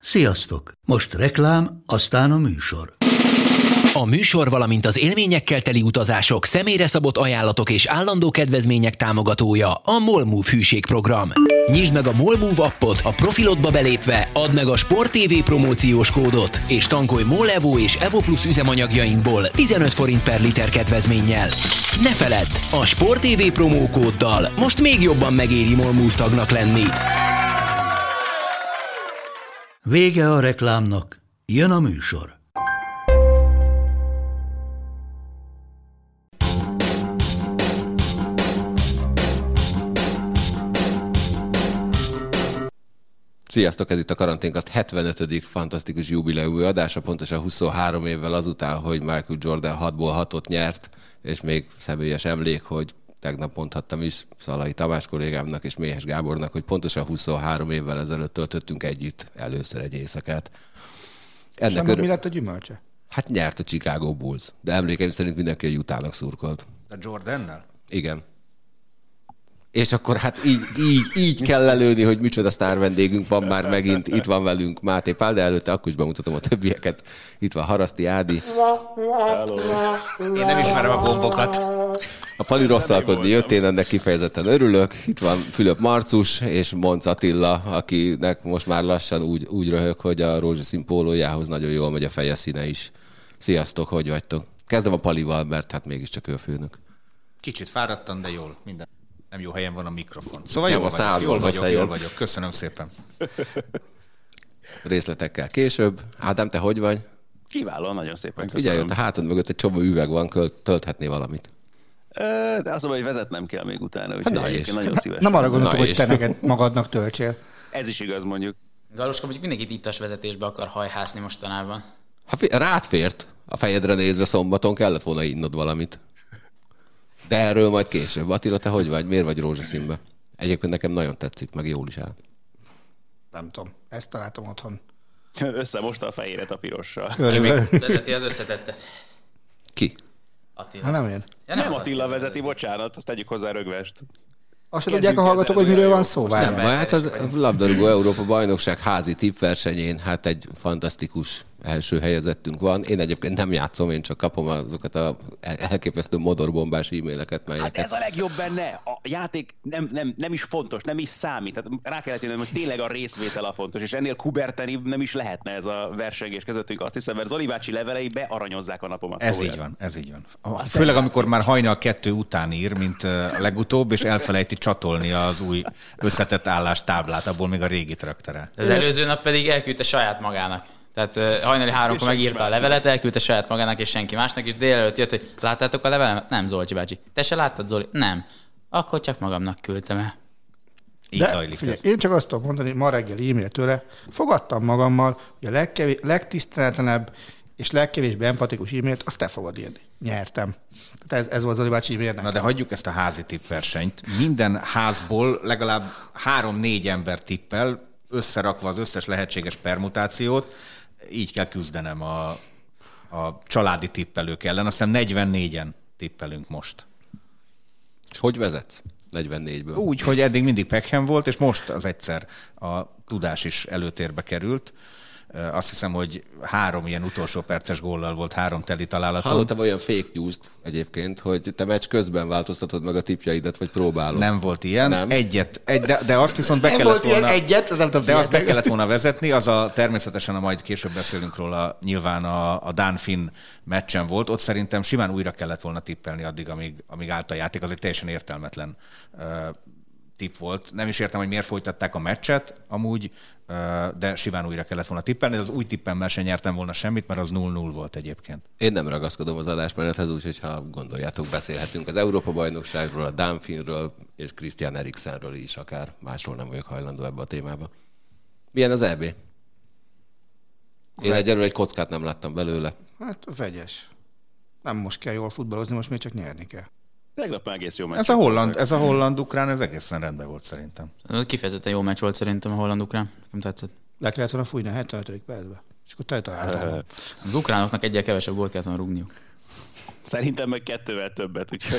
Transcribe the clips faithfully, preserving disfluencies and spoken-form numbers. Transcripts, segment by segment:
Sziasztok! Most reklám, aztán a műsor. A műsor, valamint az élményekkel teli utazások, személyre szabott ajánlatok és állandó kedvezmények támogatója a MOLMOVE hűségprogram. Nyisd meg a MOLMOVE appot, a profilodba belépve add meg a Sport té vé promóciós kódot, és tankolj MOL Evo és Evo Plus üzemanyagjainkból tizenöt forint per liter kedvezménnyel. Ne feledd, a Sport té vé promókóddal most még jobban megéri MOLMOVE tagnak lenni. Vége a reklámnak, jön a műsor. Sziasztok, ez itt a Karanténkast hetvenötödik fantasztikus jubileumi adása, pontosan huszonhárom évvel azután, hogy Michael Jordan hatból hatot nyert, és még személyes emlék, hogy tegnap mondhattam is Szalai Tamás kollégámnak és Méhes Gábornak, hogy pontosan huszonhárom évvel ezelőtt töltöttünk együtt először egy éjszakát. Ennek örül... mi lett a gyümölcse? Hát nyert a Chicago Bulls, de emlékeim szerint mindenki a Utahnak szurkolt. A Jordannel? Igen. És akkor hát így, így, így kell lelőni, hogy micsoda sztár vendégünk van már megint. Itt van velünk Máté Pál, de előtte akkor is bemutatom a többieket. Itt van Haraszti Ádi. Hello. Én nem ismerem a gombokat. A Pali rosszalkodni jött, én ennek kifejezetten örülök. Itt van Fülöp Marcus és Monc Attila, akinek most már lassan úgy, úgy röhög, hogy a rózsaszín pólójához nagyon jól megy a feje színe is. Sziasztok, hogy vagytok? Kezdem a Palival, mert hát mégiscsak ő a főnök. Kicsit fáradtan, de jól. Minden. Nem jó helyen van a mikrofon. Szóval nem, jól, a vagyok, jól, vagyok, jól vagyok. Köszönöm szépen. Részletekkel később. Ádám, te hogy vagy? Kiválóan, nagyon szépen. Figyelj, ott a hátad mögött egy csomó üveg van, tölthetné valamit. De az, hogy vezetnem kell még utána, úgyhogy hát egyébként nagyon szívesen. Nem arra gondoltam, hogy te neked magadnak töltsél. Ez is igaz, mondjuk. Galuska, mondjuk mindenkit ittas vezetésbe akar hajhászni mostanában. Hát rád fért. A fejedre nézve szombaton kellett volna innod valamit. De erről majd később. Attila, te hogy vagy? Miért vagy rózsaszínbe? Egyébként nekem nagyon tetszik, meg jól is áll. Nem tudom, ezt találtam otthon. Összemosta a fehéret a pirossal. Vezeti az összetettet. Ki? Attila. Ha nem én. Ja, nem, nem Attila vezeti, bocsánat, azt tegyük hozzá Rögvest. Azt sem tudják a hallgatók, hogy miről van szó. Nem, hát az labdarúgó Európa bajnokság házi tippversenyén, hát egy fantasztikus első helyezettünk van. Én egyébként nem játszom, én csak kapom azokat a elképesztő modorbombás e-maileket, melyeket... Hát ez a legjobb benne. A játék nem, nem, nem is fontos, nem is számít. Tehát rá kellett jönnöm, hogy tényleg a részvétel a fontos, és ennél kubertenibb nem is lehetne ez a versengés közöttünk, azt hiszem, mert Zoli bácsi levelei bearanyozzák a napomat. Ez így van, ez így van. Főleg, amikor már hajnal kettő után ír, mint a legutóbb, és elfelejti csatolni az új összetett állástáblát, abból még a régit rakta rá. Az előző nap pedig elküldte saját magának. Tehát hajnali háromkor megírta a levelet, elküldte saját magának és senki másnak, és délelőtt jött, hogy láttátok a levelemet? Nem, Zolcsi bácsi. Te se láttad, Zoli? Nem. Akkor csak magamnak küldtem el. Így de zajlik figyelj, ez. Én csak azt tudom mondani, ma reggel e-mail tőle, fogadtam magammal, hogy a legkevés, legtiszteletlenebb és legkevésbé empatikus e-mailt, azt te fogod írni. Nyertem. Tehát ez, ez volt Zoli bácsi e-mailnek. Na de hagyjuk ezt a házi tippversenyt. Minden házból legalább három-négy ember tippel, összerakva az összes lehetséges permutációt, így kell küzdenem a, a családi tippelők ellen. Aztán negyvennégyen tippelünk most. És hogy vezetsz? negyvennégyből. Úgy, hogy eddig mindig Peckham volt, és most az egyszer a tudás is előtérbe került. Azt hiszem, hogy három ilyen utolsó perces góllal volt, három teli találaton. Hallottam olyan fake news-t egyébként, hogy te meccs közben változtatod meg a tippjeidet, vagy próbálod. Nem volt ilyen. Nem. Egyet, egy, de, de azt viszont be nem kellett volt volna... egyet, nem tudom, de azt be kellett volna vezetni, az a természetesen, a majd később beszélünk róla, nyilván a, a Dán-Finn meccsen volt. Ott szerintem simán újra kellett volna tippelni addig, amíg, amíg állt a játék. Az egy teljesen értelmetlen uh, tipp volt. Nem is értem, hogy miért folytatták a meccset amúgy, de simán újra kellett volna tippelni, de az új tippemmel sem nyertem volna semmit, mert az null null volt egyébként. Én nem ragaszkodom az adásmenethez, úgyhogy ha gondoljátok, beszélhetünk az Európa-bajnokságról, a Dán-Finnről és Christian Eriksenről is akár. Másról nem vagyok hajlandó ebbe a témába. Milyen az é bé? Én egyelőre egy kockát nem láttam belőle. Hát vegyes. Nem most kell jól futballozni, most még csak nyerni kell. Tegnap már egész jó meccs. Ez a holland, ez a holland-ukrán, ez egészen rendben volt szerintem. Kifejezetten jó meccs volt szerintem a holland-ukrán. Nem tetszett. Le kellett volna fújni a hetvenötödik percben. És akkor te találtam. Az ukránoknak egyel kevesebb gólt kellett volna rúgniuk. Szerintem meg kettővel többet, úgyhogy...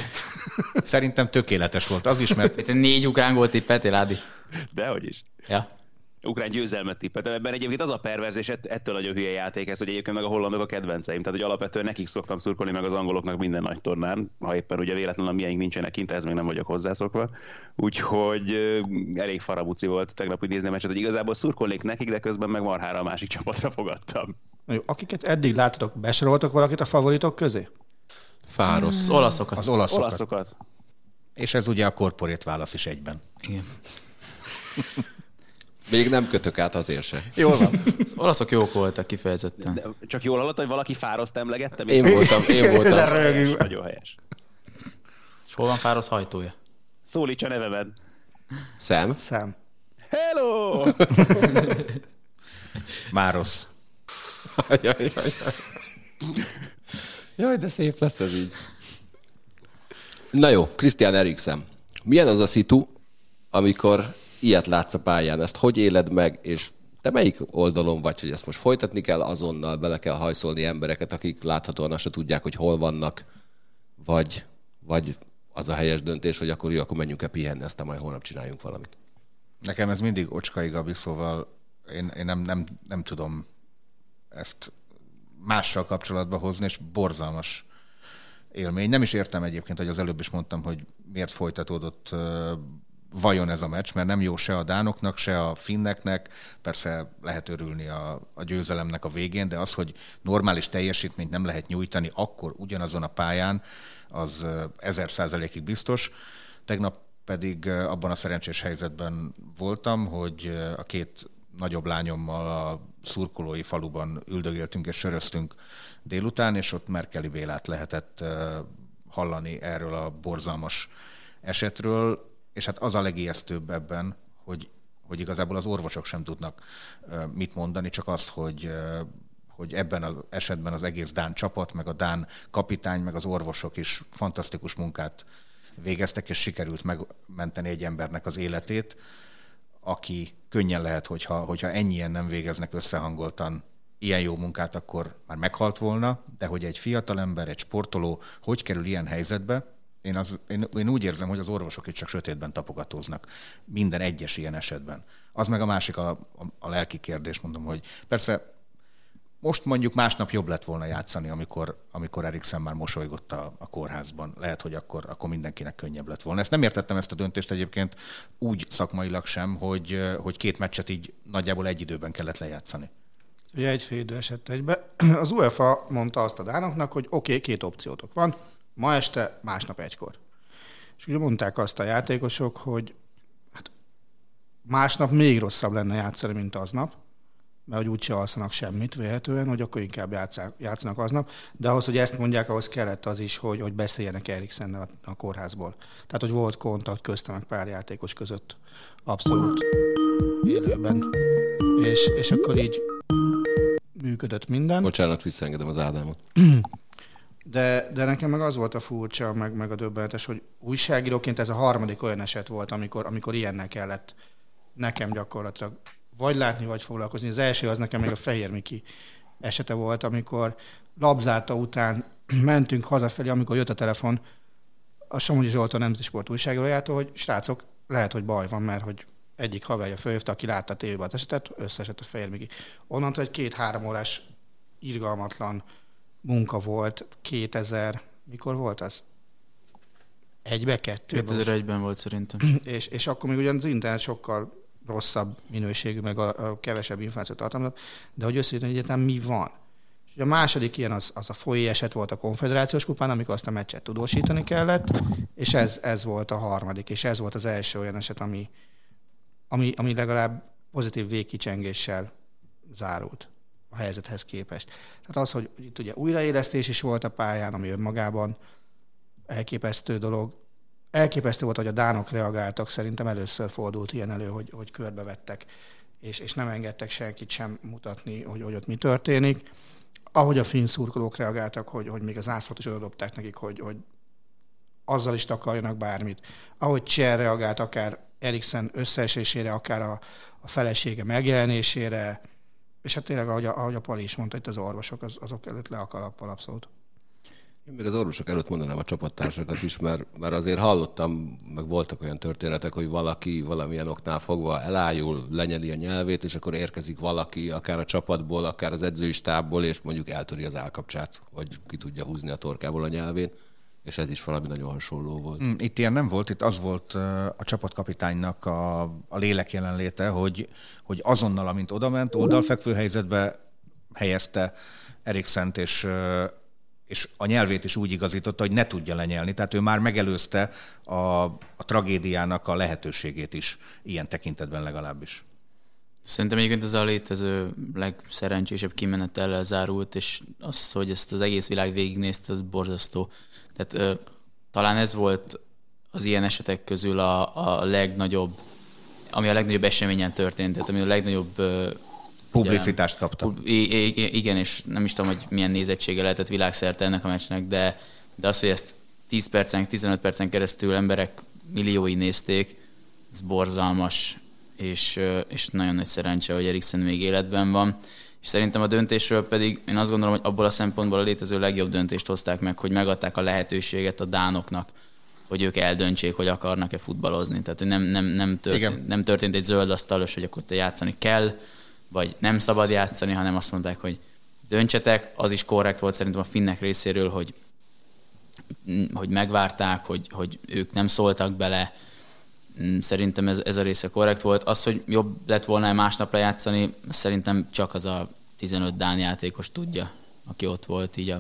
Szerintem tökéletes volt az is, mert... Itt négy ukrán gólt tippeltél, Ádi? Dehogy is. Ja. ukrán győzelmet tippeltem. Ebben egyébként az a perverz, és ettől nagyon hülye játék ez, hogy egyébként meg a hollandok a kedvenceim. Tehát, hogy alapvetően nekik szoktam szurkolni, meg az angoloknak minden nagy tornán, ha éppen ugye véletlenül a miénk nincsenek kint, ez még nem vagyok hozzászokva. Úgyhogy elég farabuci volt tegnap úgy nézni a meccset, hogy igazából szurkolnék nekik, de közben meg marhára a másik csapatra fogadtam. Jó, akiket eddig láttatok, besoroltok valakit a favoritok közé? Fáros. Az olaszokat. Az olaszokat. Olaszokat. És ez ugye a korporét válasz is egyben. Igen. Még nem kötök át azért se. Jól van. Az olaszok jók voltak kifejezetten. De csak jól hallott, hogy valaki Fároszt emlegettem? Én voltam, én voltam. Helyes, nagyon helyes. És hol van Fárosz hajtója? Szólíts a nevemed. Szem. Szám. Hello! Márosz. Jaj, jaj, jaj. Jaj, de szép lesz ez így. Na jó, Christian Eriksen. Milyen az a szitu, amikor ilyet látsz a pályán? Ezt hogy éled meg, és te melyik oldalon vagy, hogy ezt most folytatni kell azonnal, bele kell hajszolni embereket, akik láthatóan azt se tudják, hogy hol vannak, vagy, vagy az a helyes döntés, hogy akkor jó, akkor menjünk el pihenni, aztán majd holnap csináljunk valamit. Nekem ez mindig Ocskai Gabi, szóval én, én nem, nem, nem tudom ezt mással kapcsolatba hozni, és borzalmas élmény. Nem is értem egyébként, hogy az előbb is mondtam, hogy miért folytatódott uh, vajon ez a meccs, mert nem jó se a dánoknak, se a finneknek. Persze lehet örülni a, a győzelemnek a végén, de az, hogy normális teljesítményt nem lehet nyújtani akkor ugyanazon a pályán, az uh, ezer százalékig biztos. Tegnap pedig uh, abban a szerencsés helyzetben voltam, hogy uh, a két nagyobb lányommal a szurkolói faluban üldögéltünk és söröztünk délután, és ott Merkeli Bélát lehetett hallani erről a borzalmas esetről, és hát az a legijesztőbb ebben, hogy, hogy igazából az orvosok sem tudnak mit mondani, csak azt, hogy, hogy ebben az esetben az egész dán csapat, meg a dán kapitány, meg az orvosok is fantasztikus munkát végeztek, és sikerült megmenteni egy embernek az életét, aki könnyen lehet, hogyha, hogyha ennyien nem végeznek összehangoltan ilyen jó munkát, akkor már meghalt volna, de hogy egy fiatalember, egy sportoló hogy kerül ilyen helyzetbe, én, az, én, én úgy érzem, hogy az orvosok itt csak sötétben tapogatóznak minden egyes ilyen esetben. Az meg a másik a, a, a lelki kérdés, mondom, hogy persze most mondjuk másnap jobb lett volna játszani, amikor, amikor Eriksen már mosolygott a, a kórházban. Lehet, hogy akkor, akkor mindenkinek könnyebb lett volna. Ezt nem értettem, ezt a döntést egyébként úgy szakmailag sem, hogy, hogy két meccset így nagyjából egy időben kellett lejátszani. Ugye egy fél idő esett egybe. Az UEFA mondta azt a dánoknak, hogy oké, okay, két opciótok van, ma este, másnap egykor. És ugye mondták azt a játékosok, hogy hát másnap még rosszabb lenne játszani, mint aznap, mert hogy úgyse alszanak semmit véletlenül, hogy akkor inkább játszák, játszanak aznap, de ahhoz, hogy ezt mondják, ahhoz kellett az is, hogy, hogy beszéljenek Eriksennel a, a kórházból. Tehát, hogy volt kontakt köztem pár játékos között abszolút élőben. És, és akkor így működött minden. Bocsánat, visszaengedem az Ádámot. De, de nekem meg az volt a furcsa, meg, meg a döbbenetes, hogy újságíróként ez a harmadik olyan eset volt, amikor, amikor ilyennel kellett nekem gyakorlatilag vagy látni, vagy foglalkozni. Az első az nekem még a Fehér Miki esete volt, amikor labzárta után mentünk hazafelé, amikor jött a telefon a Somogyi Zsoltól, Nemzeti Sport újságírójától, hogy srácok, lehet, hogy baj van, mert hogy egyik haverja fölhívta, aki látta a tévében az esetet, összeesett a Fehér Miki. Onnantól egy két-három órás irgalmatlan munka volt, kétezer, mikor volt az? Egybe, kettő? kétezer-egyben volt szerintem. És, és akkor még ugyan az internet sokkal rosszabb minőségű, meg a, a kevesebb információt tartalmazott, de hogy összejöttön egyetem mi van. És ugye a második ilyen az, az a folyé eset volt a Konfederációs kupán, amikor azt a meccset tudósítani kellett, és ez, ez volt a harmadik, és ez volt az első olyan eset, ami, ami, ami legalább pozitív végkicsengéssel zárult a helyzethez képest. Tehát az, hogy itt ugye újraélesztés is volt a pályán, ami önmagában elképesztő dolog. Elképesztő volt, hogy a dánok reagáltak, szerintem először fordult ilyen elő, hogy, hogy körbevettek, és, és nem engedtek senkit sem mutatni, hogy, hogy ott mi történik. Ahogy a finn szurkolók reagáltak, hogy, hogy még az ászlót is odadobták nekik, hogy, hogy azzal is takarjanak bármit. Ahogy Cser reagált, akár Eriksen összeesésére, akár a, a felesége megjelenésére, és hát tényleg, ahogy a, ahogy a Pali is mondta, itt az orvosok, az, azok előtt le a kalappal abszolút. Én még az orvosok előtt mondanám a csapattársakat is, mert, mert azért hallottam, meg voltak olyan történetek, hogy valaki valamilyen oknál fogva elájul, lenyeli a nyelvét, és akkor érkezik valaki, akár a csapatból, akár az edzői stábból, és mondjuk eltöri az állkapcsát, vagy ki tudja húzni a torkából a nyelvén, és ez is valami nagyon hasonló volt. Itt ilyen nem volt, itt az volt a csapatkapitánynak a, a lélek jelenléte, hogy, hogy azonnal, amint odament, oldalfekvő helyzetbe helyezte Eriksent, és és a nyelvét is úgy igazította, hogy ne tudja lenyelni. Tehát ő már megelőzte a, a tragédiának a lehetőségét is, ilyen tekintetben legalábbis. Szerintem egyébként ez a létező legszerencsésebb kimenetellel zárult, és az, hogy ezt az egész világ végignézte, az borzasztó. Tehát ö, talán ez volt az ilyen esetek közül a, a legnagyobb, ami a legnagyobb eseményen történt, tehát ami a legnagyobb... Ö, publicitást kapta. Igen, és nem is tudom, hogy milyen nézettsége lehetett világszerte ennek a meccsnek, de, de az, hogy ezt tíz percen, tizenöt percen keresztül emberek milliói nézték, ez borzalmas, és, és nagyon nagy szerencse, hogy Eriksen még életben van. És szerintem a döntésről pedig én azt gondolom, hogy abból a szempontból a létező legjobb döntést hozták meg, hogy megadták a lehetőséget a dánoknak, hogy ők eldöntsék, hogy akarnak-e futballozni. Tehát, hogy nem, nem, nem, történt, nem történt egy zöld asztalos, hogy akkor te játszani kell, vagy nem szabad játszani, hanem azt mondták, hogy döntsetek. Az is korrekt volt szerintem a finnek részéről, hogy, hogy megvárták, hogy, hogy ők nem szóltak bele. Szerintem ez, ez a része korrekt volt. Az, hogy jobb lett volna másnapra játszani, szerintem csak az a tizenöt dán játékos tudja, aki ott volt így a...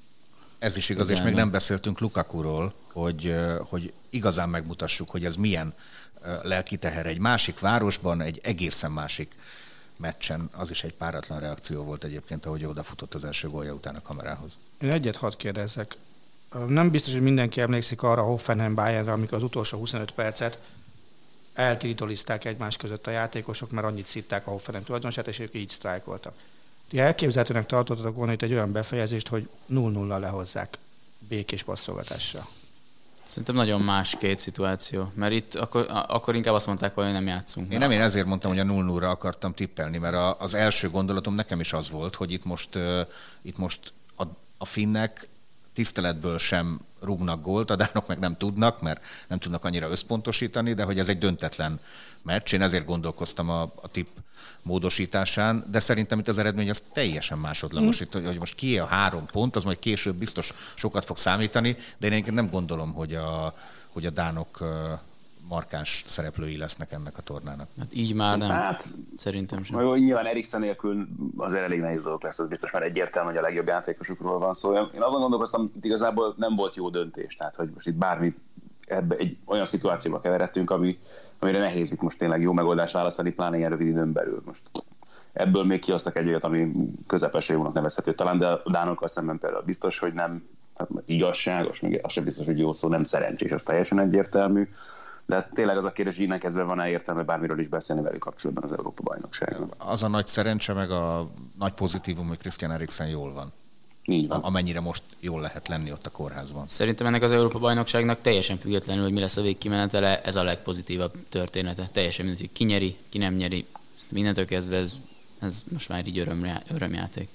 Ez is igaz, és még nem beszéltünk Lukakuról, hogy, hogy igazán megmutassuk, hogy ez milyen lelki teher egy másik városban, egy egészen másik meccsen. Az is egy páratlan reakció volt egyébként, ahogy odafutott az első gólja után a kamerához. Én egyet hadd kérdezzek. Nem biztos, hogy mindenki emlékszik arra a Hoffenheim-Bayernre, amikor az utolsó huszonöt percet eltilitolizták egymás között a játékosok, mert annyit szitták a Hoffenheim tulajdonosát, és ők így sztrájkoltak. Ti elképzelhetőnek tartottatok volna itt egy olyan befejezést, hogy nulla nulla lehozzák békés passzolgatással. Szerintem nagyon más két szituáció, mert itt akkor, akkor inkább azt mondták, hogy nem játszunk. Én nem én ezért mondtam, hogy a nulla nullra akartam tippelni, mert a, az első gondolatom nekem is az volt, hogy itt most, uh, itt most a, a finnek tiszteletből sem rúgnak gólt, a dánok meg nem tudnak, mert nem tudnak annyira összpontosítani, de hogy ez egy döntetlen meccs. Én ezért gondolkoztam a, a tipp módosításán, de szerintem itt az eredmény az teljesen másodlagos. Mm. Itt, hogy most kié a három pont, az majd később biztos sokat fog számítani, de én nem gondolom, hogy a, hogy a dánok markáns szereplői lesznek ennek a tornának. Hát így már nem. Hát, szerintem sem. Jó, nyilván Eriksen nélkül azért elég nehéz dolog lesz, az biztos már egyértelmű, hogy a legjobb játékosukról van szó. Én azon gondolkoztam, hogy igazából nem volt jó döntés, tehát hogy most itt bármi ebbe egy olyan szituációba keveredtünk, ami, amire nehéz itt most tényleg jó megoldást választani, pláne ilyen rövid időn belül. Most ebből még kihoztak egy olyat, ami közepes jónak nevezhető talán, de a dánokkal szemben például biztos, hogy nem hát igazságos, még az sem biztos, hogy jó szó, nem szerencsés, az teljesen egyértelmű. De tényleg az a kérdés, hogy innen kezdve van-e értelme bármiről is beszélni velük kapcsolatban az Európa-bajnokságon. Az a nagy szerencse, meg a nagy pozitívum, hogy Christian Eriksen jól van. Így van. Amennyire most jól lehet lenni ott a kórházban. Szerintem ennek az Európa-bajnokságnak teljesen függetlenül, hogy mi lesz a végkimenetele, ez a legpozitívabb története. Teljesen mindegy, hogy ki nyeri, ki nem nyeri. Mindentől kezdve ez, ez most már így öröm, örömjáték.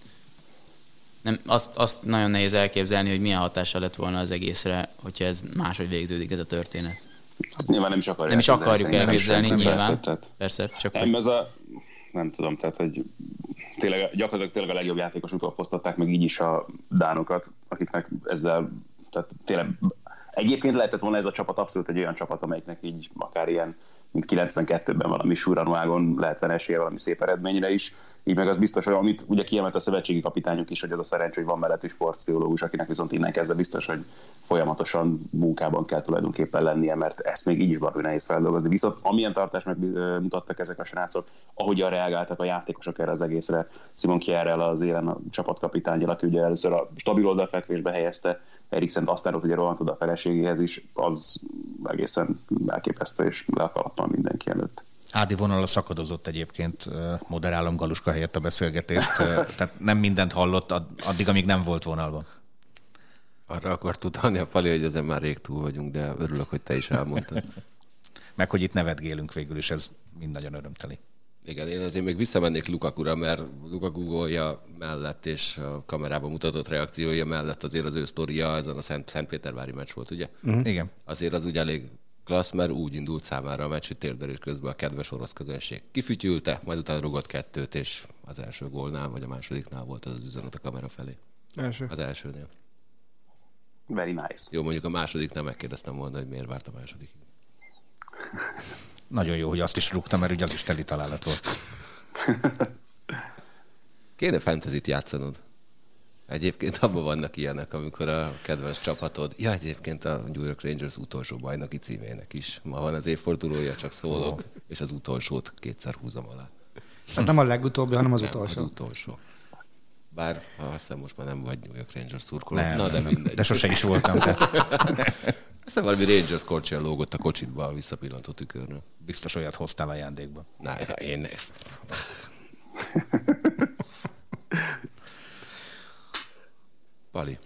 Nem, azt, azt nagyon nehéz elképzelni, hogy milyen hatással lett volna az egészre, hogyha ez máshogy végződik ez a történet. Azt nyilván nem is akarjuk. Nem is akarjuk elképzelni, nem nyilván. Persze, tehát, persze csak nem, ez a, nem tudom, tehát, hogy tényleg, gyakorlatilag tényleg a legjobb játékosútól fosztották meg így is a dánokat, akiknek ezzel, tehát tényleg egyébként lehetett volna ez a csapat abszolút egy olyan csapat, amelyiknek így akár ilyen, mint kilencvenkettőben valami Suranuágon lehetne esélye valami szép eredményre is. Így meg az biztos, hogy amit ugye kiemelt a szövetségi kapitányunk is, hogy az a szerencsé, hogy van mellettű sportpszichológus, akinek viszont innen kezdve biztos, hogy folyamatosan munkában kell tulajdonképpen lennie, mert ezt még így is baromi nehéz feldolgozni. Viszont amilyen tartást megmutattak ezek a srácok, ahogyan reagáltak a játékosok erre az egészre, Simon Kjærrel az élen a csapatkapitányjal, aki ugye először a stabil oldalfekvésbe helyezte Eriksent, aztán ott ugye rohant oda a feleségéhez is, az egészen elképesztő, és le a kalappal mindenki előtt. Ádi vonal szakadozott egyébként, moderálom Galuska helyett a beszélgetést, tehát nem mindent hallott addig, amíg nem volt vonalban. Arra akart utalni a Pali, hogy ezen már rég túl vagyunk, de örülök, hogy te is elmondtad. Meg, hogy itt nevetgélünk végül is, ez mind nagyon örömteli. Igen, én azért még visszamennék Lukakura, mert Lukaku gólja mellett és a kamerában mutatott reakciója mellett azért az ő sztoria ezen a Szent, Szentpétervári meccs volt, ugye? Uh-huh. Igen. Azért az úgy elég klassz, mert úgy indult számára a meccs, hogy térdelés közben a kedves orosz közönség kifütyülte, majd utána rugott kettőt, és az első gólnál, vagy a másodiknál volt az, az üzenet a kamera felé. Első. Az elsőnél. Very nice. Jó, mondjuk a másodiknál megkérdeztem volna, hogy miért várt a második. Nagyon jó, hogy azt is rúgtam, mert ugye az is teli találat volt. Kéne fantasyt játszanod. Egyébként abban vannak ilyenek, amikor a kedves csapatod, ja, egyébként a New York Rangers utolsó bajnoki címének is. Ma van az évfordulója, csak szólok, oh. és az utolsót kétszer húzom alá. Hát nem a legutóbbi, hanem az nem, utolsó. Az utolsó. Bár azt hiszem most már nem vagy New York Rangers szurkoló. Na, de mindegy. De sose is voltam. Tehát. Aztán valami Rangers korcsian lógott a kocsitba a visszapillantó tükörről. Biztos olyat hoztál ajándékba. Na, én... Pali,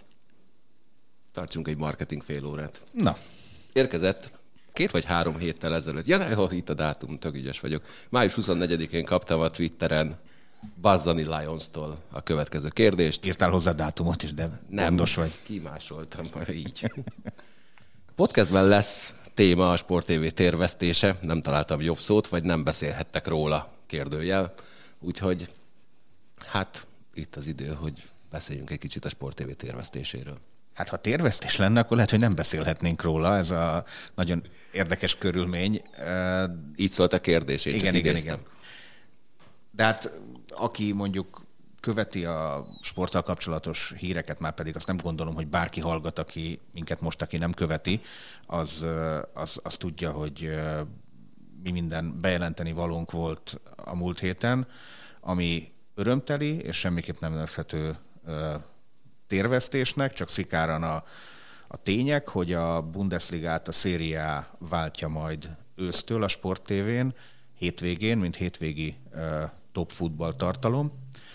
tartsunk egy marketing fél órát. Na. Érkezett két vagy három héttel ezelőtt. Ja, ne, itt a dátum, tök ügyes vagyok. május huszonnegyedikén kaptam a Twitteren Bazzani Lions-tól a következő kérdést. Írtál hozzá dátumot is, de nem, gondos vagy. Kimásoltam így. Podcastben lesz téma a Sport té vé térvesztése. Nem találtam jobb szót, vagy nem beszélhettek róla, kérdőjel. Úgyhogy hát itt az idő, hogy beszéljünk egy kicsit a Sport té vé térvesztéséről. Hát ha térvesztés lenne, akkor lehet, hogy nem beszélhetnénk róla. Ez a nagyon érdekes körülmény. Így szólt a kérdés, én igen, igen, igen. De hát aki mondjuk követi a sporttal kapcsolatos híreket, már pedig azt nem gondolom, hogy bárki hallgat, aki minket most, aki nem követi, az, az, az tudja, hogy mi minden bejelenteni valónk volt a múlt héten, ami örömteli, és semmiképp nem nevezhető térvesztésnek, csak szikáran a, a tények, hogy a Bundesligát a Serie A váltja majd ősztől a Sport té vén, hétvégén, mint hétvégi uh, top futball tartalom.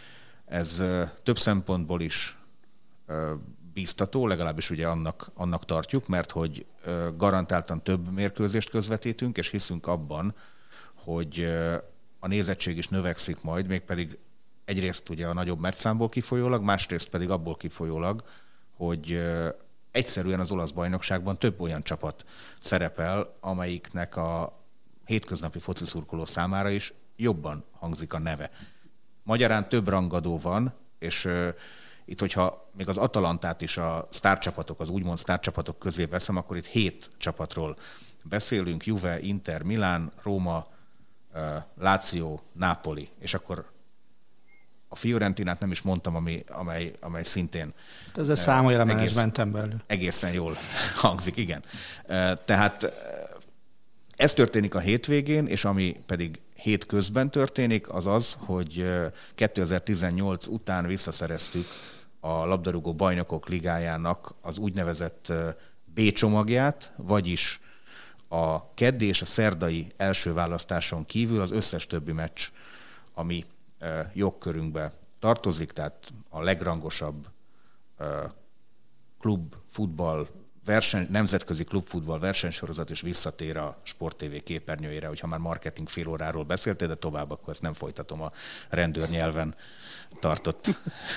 Ez uh, több szempontból is uh, bíztató, legalábbis ugye annak, annak tartjuk, mert hogy uh, garantáltan több mérkőzést közvetítünk, és hiszünk abban, hogy uh, a nézettség is növekszik majd, mégpedig egyrészt ugye a nagyobb meccszámból kifolyólag, másrészt pedig abból kifolyólag, hogy uh, egyszerűen az olasz bajnokságban több olyan csapat szerepel, amelyiknek a hétköznapi foci szurkoló számára is jobban hangzik a neve. Magyarán több rangadó van, és uh, itt, hogyha még az Atalantát is a sztárcsapatok, az úgymond sztárcsapatok közé veszem, akkor itt hét csapatról beszélünk, Juve, Inter, Milán, Róma, uh, Lazio, Napoli, és akkor a Fiorentinát nem is mondtam, ami, amely, amely szintén... Ez a számolja a menedzsmenten belül. Egészen jól hangzik, igen. Uh, tehát ez történik a hétvégén, és ami pedig hétközben történik, az az, hogy kétezer-tizennyolc után visszaszereztük a labdarúgó bajnokok ligájának az úgynevezett B csomagját, vagyis a keddi és a szerdai első választáson kívül az összes többi meccs, ami jogkörünkbe tartozik, tehát a legrangosabb klub, futball, verseny, nemzetközi klubfutball versenysorozat is visszatér a Sport té vé képernyőjére, hogyha már marketing fél óráról beszéltél, de tovább akkor ezt nem folytatom a rendőrnyelven tartott.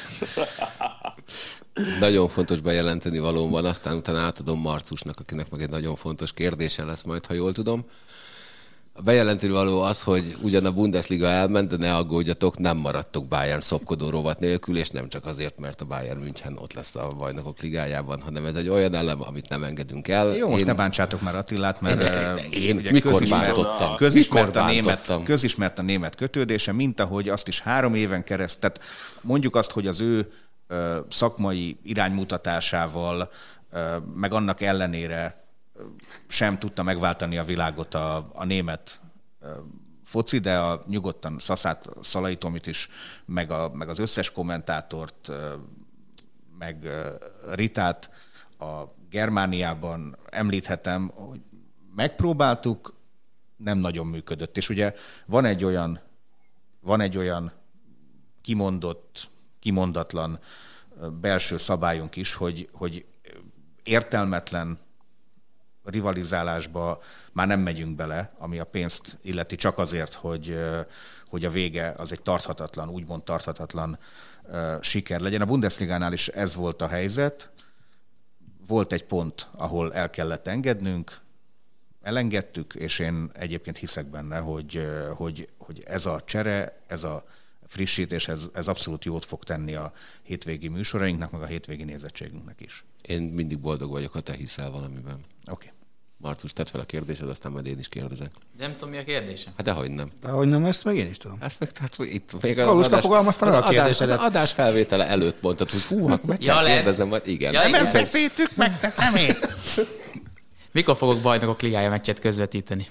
Nagyon fontos bejelenteni valóm van, aztán utána átadom Marcusnak, akinek meg egy nagyon fontos kérdése lesz majd, ha jól tudom. A bejelenteni való az, hogy ugyan a Bundesliga elment, de ne aggódjatok, nem maradtok Bayern szopkodó rovat nélkül, és nem csak azért, mert a Bayern München ott lesz a Bajnokok Ligájában, hanem ez egy olyan elem, amit nem engedünk el. Jó, most én... ne bántsátok már Attilát, mert én, én mikor közismert, bántottam? Közismert, mikor a német, közismert a német kötődése, mint ahogy azt is három éven keresztül, tehát mondjuk azt, hogy az ő ö, szakmai iránymutatásával, ö, meg annak ellenére sem tudta megváltani a világot a, a német foci, de a nyugodtan Szaszát, Szalai Tomit is, meg, a, meg az összes kommentátort, meg Ritát a Germániában említhetem, hogy megpróbáltuk, nem nagyon működött. És ugye van egy olyan, van egy olyan kimondott, kimondatlan belső szabályunk is, hogy, hogy értelmetlen rivalizálásba már nem megyünk bele, ami a pénzt illeti csak azért, hogy, hogy a vége az egy tarthatatlan, úgymond tarthatatlan uh, siker legyen. A Bundesligánál is ez volt a helyzet. Volt egy pont, ahol el kellett engednünk, elengedtük, és én egyébként hiszek benne, hogy, hogy, hogy ez a csere, ez a frissítés, ez, ez abszolút jót fog tenni a hétvégi műsorainknak, meg a hétvégi nézettségünknek is. Én mindig boldog vagyok, ha te hiszel valamiben. Oké. Okay. Marcus, tedd fel a kérdésed, aztán majd én is kérdezek. De nem tudom, mi a kérdése. Hát dehogy nem. Dehogy nem, ezt meg én is tudom. Hát meg, hát itt még az Aluska adás, fogalmaztam el a kérdésedet. Az adás felvétele előtt mondtad, hogy hú, hát meg ja, kell le... kérdeznem, majd igen. Ja, nem igen. ezt beszéltük meg, te szemét! Mikor fogok Bajnokok Ligája meccset közvetíteni?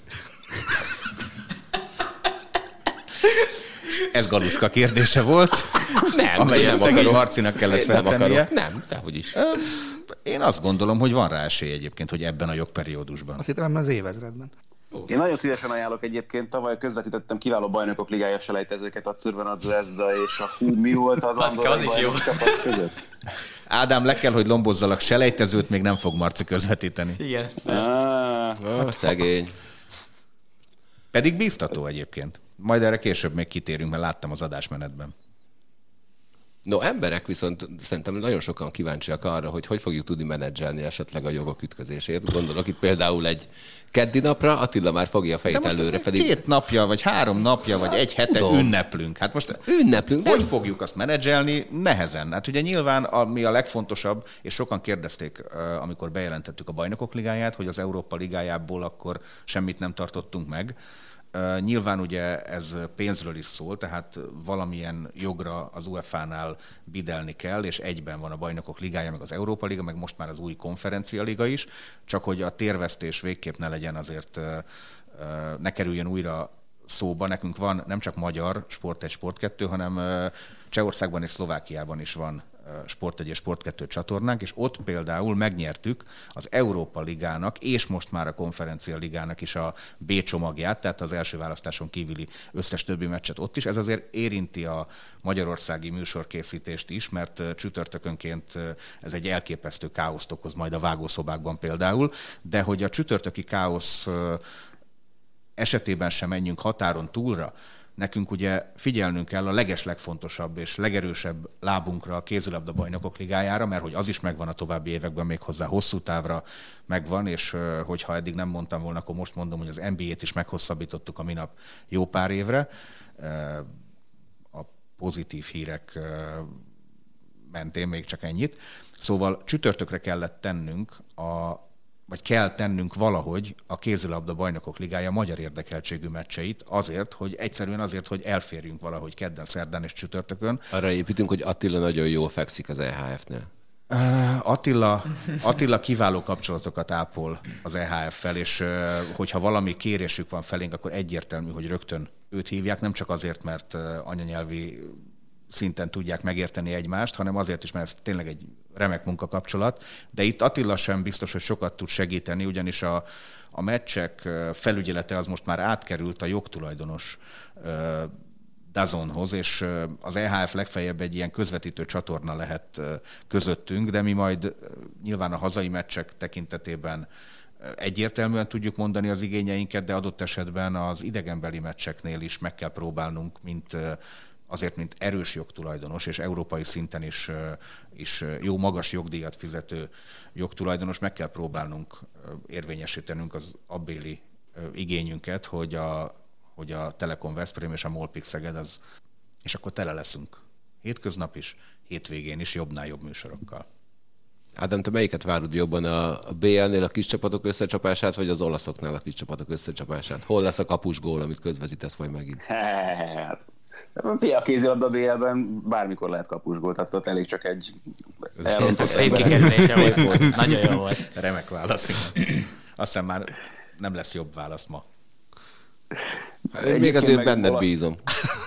Ez Galuska kérdése volt, nem, amelyet nem szegény akarok. Marcinak kellett Nem feltennie. akarok. Nem, dehogy is. Én azt gondolom, hogy van rá esély egyébként, hogy ebben a jogperiódusban. Azt hittem az évezredben. Én nagyon szívesen ajánlok egyébként, tavaly közvetítettem kiváló Bajnokok Ligája selejtezőket, a Crvena Zvezda és a hú, mi volt az Andorrai bajnok csapat között? Ádám, le kell, hogy lombozzalak, selejtezőt még nem fog Marci közvetíteni. Igen. Ah, szegény. Pedig bíztató egyébként. Majd erre később még kitérünk, mert láttam az adásmenetben. No, emberek viszont szerintem nagyon sokan kíváncsiak arra, hogy hogy fogjuk tudni menedzselni esetleg a jogok ütközését. Gondolok itt például egy keddi napra, Attila már fogja a fejét előre. Pedig... két napja, vagy három napja, vagy egy hete Tudom. ünneplünk. Hát most Ünneplünk. hogy Nem... fogjuk azt menedzselni? Nehezen. Hát ugye nyilván ami a legfontosabb, és sokan kérdezték, amikor bejelentettük a Bajnokok Ligáját, hogy az Európa Ligájából akkor semmit nem tartottunk meg. Uh, nyilván ugye ez pénzről is szól, tehát valamilyen jogra az u e f á-nál bidelni kell, és egyben van a Bajnokok Ligája, meg az Európa Liga, meg most már az új Konferencia Liga is, csak hogy a térvesztés végképp ne legyen, azért uh, uh, ne kerüljön újra szóba. Nekünk van nem csak magyar Sport egy, Sport kettő, hanem uh, Csehországban és Szlovákiában is van Sport egy és Sport kettő csatornánk, és ott például megnyertük az Európa Ligának, és most már a Konferencia Ligának is a B csomagját, tehát az első választáson kívüli összes többi meccset ott is. Ez azért érinti a magyarországi műsorkészítést is, mert csütörtökönként ez egy elképesztő káoszt okoz majd a vágószobákban például, de hogy a csütörtöki káosz esetében sem menjünk határon túlra, nekünk ugye figyelnünk kell a legeslegfontosabb és legerősebb lábunkra a kézilabda Bajnokok Ligájára, mert hogy az is megvan a további években, még hozzá hosszú távra megvan, és hogyha eddig nem mondtam volna, akkor most mondom, hogy az en bé á-t is meghosszabbítottuk a minap jó pár évre. A pozitív hírek mentén még csak ennyit. Szóval csütörtökre kellett tennünk a vagy kell tennünk valahogy a kézilabda Bajnokok Ligája magyar érdekeltségű meccseit azért, hogy egyszerűen azért, hogy elférjünk valahogy kedden, szerdán és csütörtökön. Arra építünk, hogy Attila nagyon jól fekszik az é há ef-nél. Uh, Attila, Attila kiváló kapcsolatokat ápol az é há ef-fel, és uh, hogyha valami kérésük van felénk, akkor egyértelmű, hogy rögtön őt hívják, nem csak azért, mert uh, anyanyelvi szinten tudják megérteni egymást, hanem azért is, mert ez tényleg egy remek munkakapcsolat. De itt Attila sem biztos, hogy sokat tud segíteni, ugyanis a, a meccsek felügyelete az most már átkerült a jogtulajdonos uh, dazonhoz, és az é há ef legfeljebb egy ilyen közvetítő csatorna lehet közöttünk, de mi majd nyilván a hazai meccsek tekintetében egyértelműen tudjuk mondani az igényeinket, de adott esetben az idegenbeli meccseknél is meg kell próbálnunk, mint azért, mint erős jogtulajdonos, és európai szinten is, is jó magas jogdíjat fizető jogtulajdonos, meg kell próbálnunk érvényesítenünk az abbéli igényünket, hogy a, hogy a Telekom Veszprém és a Molpix Szeged az, és akkor tele leszünk. Hétköznap is, hétvégén is jobbnál jobb műsorokkal. Ádám, te melyiket várod jobban, a bé el-nél a kis csapatok összecsapását, vagy az olaszoknál a kis csapatok összecsapását? Hol lesz a kapus gól, amit közvetítesz majd megint? Hát, a kézilabda bé el-ben bármikor lehet kapusgól, tehát ott elég csak egy elrontott szép kikerülése volt. Nagyon jó volt. Remek válasz. Azt hiszem már nem lesz jobb válasz ma. Én még azért benned olasz... bízom.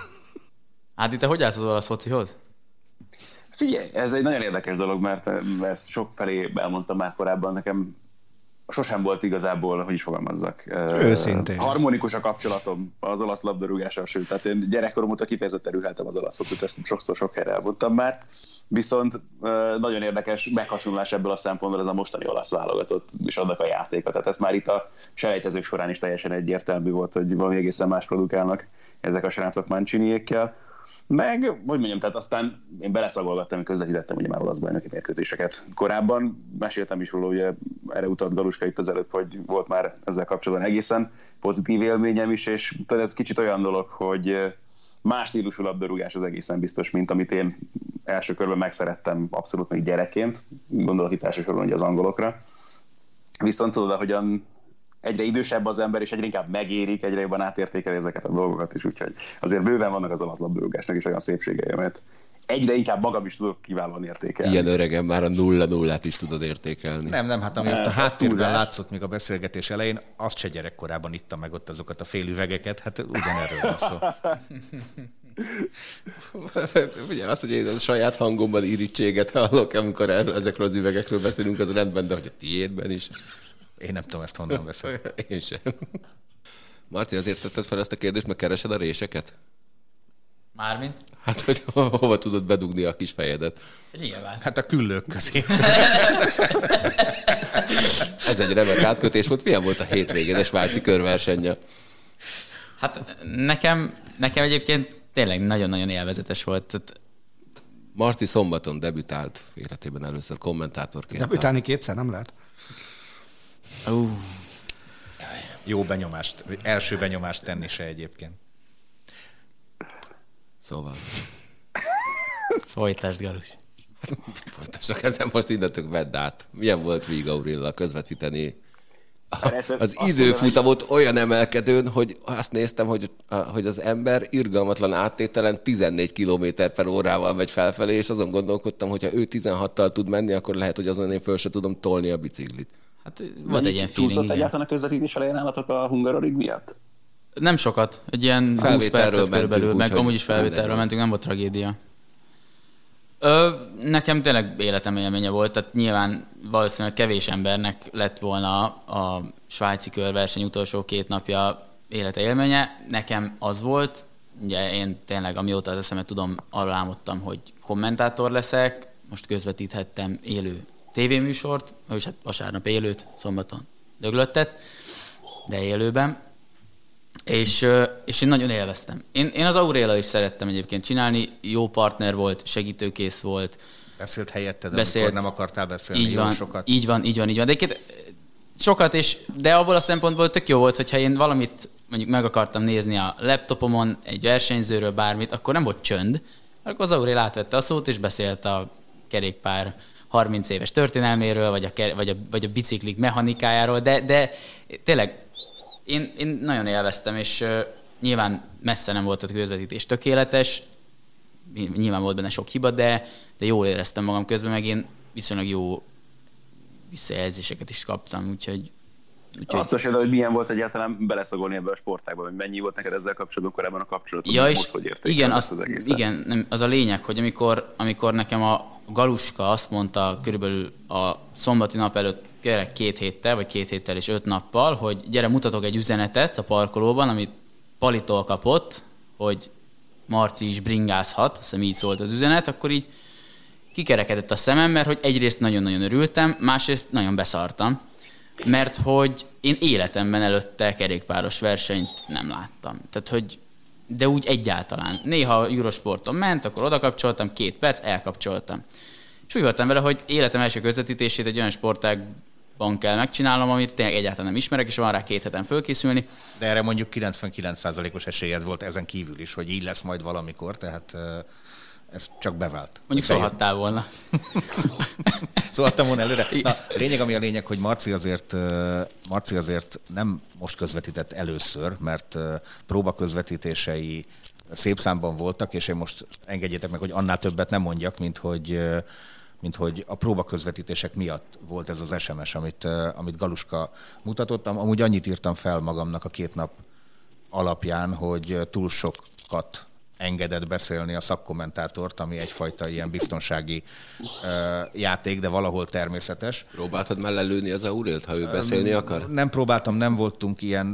Hát itt te hogy állsz az olasz focihoz? Figyelj, ez egy nagyon érdekes dolog, mert ezt sok felé elmondtam már korábban, nekem sosem volt igazából, hogy is fogalmazzak. Őszintén. Harmonikus a kapcsolatom az olasz labdarúgással, sőt, tehát én gyerekkorom óta kifejezetten rüheltem az olasz focit, ezt sokszor sok helyre elmondtam már. Viszont nagyon érdekes meghasonlás ebből a szempontból ez a mostani olasz válogatott és annak a játéka. Tehát ez már itt a selejtezők során is teljesen egyértelmű volt, hogy valami egészen más produkálnak ezek a srácok Manciniékkel. Meg, hogy mondjam, tehát aztán én beleszagolgattam, közvetítettem ugye már olasz bajnoki mérkőzéseket. Korábban meséltem is róla, ugye erre utalt Galuska itt az előbb, hogy volt már ezzel kapcsolatban egészen pozitív élményem is, és ez kicsit olyan dolog, hogy más stílusú labdarúgás az egészen biztos, mint amit én első körben megszerettem abszolút még gyerekként, gondolok itt elsősorban ugye az angolokra. Viszont tudod, ahogyan egyre idősebb az ember, és egyre inkább megérik, egyre jobban átértékeli ezeket a dolgokat is, úgyhogy azért bőven vannak az olasz labdarúgásnak is olyan szépségei, mert egyre inkább magam is tudok kiválóan értékelni. Ilyen öregen már a nulla nullát is tudod értékelni. Nem, nem, hát ami ott a háttérben látszott még a beszélgetés elején, azt se gyerekkorában ittam meg ott azokat a félüvegeket, hát ugyanerről van szó. Ugye az, hogy én a saját hangomban irítséget hallok, amikor erről, ezekről az üvegekről beszélünk, az rendben, de hogy a tiédben is. Én nem tudom ezt honnan beszélni. Én sem. Marci, azért tetted fel ezt a kérdést, meg keresed a réseket? Mármint? Hát, hogy hova tudod bedugni a kis fejedet? Nyilván. Hát a küllők közé. Ez egy remek átkötés volt. Milyen volt a hétvégén a svájci körversenye? Hát nekem, nekem egyébként tényleg nagyon-nagyon élvezetes volt. Tehát... Marci szombaton debütált életében először kommentátorként. Debütálni kétszer nem lehet? Uh. Jó benyomást, első benyomást tenni se egyébként. Szóval. Folytasd, Galus. Mit folytassak ezen? Most innentől vedd át. Milyen volt Víg Aurilla közvetíteni? Az időfutamot olyan emelkedőn, hogy azt néztem, hogy, hogy az ember irgalmatlan áttételen tizennégy kilométer per órával megy felfelé, és azon gondolkodtam, hogy ha ő tizenhattal tud menni, akkor lehet, hogy azon én föl se tudom tolni a biciklit. Hát volt egy ilyen feeling, túlszott egyáltalán a közvetítés elején állatok a Hungaroring miatt? Nem sokat, egy ilyen húsz percet körülbelül, meg amúgy is felvételről mentünk, nem volt tragédia. Ö, nekem tényleg életem élménye volt, tehát nyilván valószínűleg kevés embernek lett volna a svájci körverseny utolsó két napja élete élménye. Nekem az volt, ugye én tényleg amióta az eszemet tudom, arra álmodtam, hogy kommentátor leszek, most közvetíthettem élő tévéműsort, vagyis hát vasárnap élőt, szombaton döglöttet, de élőben. És, és én nagyon élveztem. Én, én az Auréla is szerettem egyébként csinálni, jó partner volt, segítőkész volt. Beszélt helyetted, beszélt, amikor nem akartál beszélni, így jó van, sokat. Így van, így van, így van. De egyébként sokat, és, de abból a szempontból tök jó volt, hogyha én valamit mondjuk meg akartam nézni a laptopomon, egy versenyzőről, bármit, akkor nem volt csönd, akkor az Auréla átvette a szót, és beszélt a kerékpár harminc éves történelméről, vagy a, vagy a, vagy a biciklik mechanikájáról, de, de tényleg Én, én nagyon élveztem, és uh, nyilván messze nem volt a közvetítés tökéletes, nyilván volt benne sok hiba, de, de jól éreztem magam közben, meg én viszonylag jó visszajelzéseket is kaptam, úgyhogy... úgyhogy... Azt meséled, hogy milyen volt egyáltalán beleszagolni ebbe a sportágba, hogy mennyi volt neked ezzel kapcsolatban korábban a kapcsolatban, ja, és most hogy igen, azt, az, az igen nem, az a lényeg, hogy amikor, amikor nekem a Galuska azt mondta körülbelül a szombati nap előtt két héttel, vagy két héttel és öt nappal, hogy gyere, mutatok egy üzenetet a parkolóban, amit Palitól kapott, hogy Marci is bringázhat, azt hiszem így szólt az üzenet, akkor így kikerekedett a szemem, mert hogy egyrészt nagyon-nagyon örültem, másrészt nagyon beszartam, mert hogy én életemben előtte kerékpáros versenyt nem láttam. Tehát, hogy de úgy egyáltalán. Néha Eurosporton ment, akkor oda kapcsoltam, két perc, elkapcsoltam. És úgy voltam vele, hogy életem első közvetítését egy olyan sportágban kell megcsinálnom, amit tényleg egyáltalán nem ismerek, és van rá két heten fölkészülni. De erre mondjuk kilencvenkilenc százalékos esélyed volt ezen kívül is, hogy így lesz majd valamikor, tehát ez csak bevált. Mondjuk szólhattál volna. Szólhattam volna előre. Na, lényeg, ami a lényeg, hogy Marci azért, Marci azért nem most közvetített először, mert próbaközvetítései szép számban voltak, és én most engedjétek meg, hogy annál többet nem mondjak, mint hogy, mint hogy a próbaközvetítések miatt volt ez az es em es, amit, amit Galuska mutatottam. Amúgy annyit írtam fel magamnak a két nap alapján, hogy túl sokat engedett beszélni a szakkommentátort, ami egyfajta ilyen biztonsági uh, játék, de valahol természetes. Próbáltad már lelőni az Aurélt, ha ő beszélni akar? Nem próbáltam, nem voltunk ilyen, csak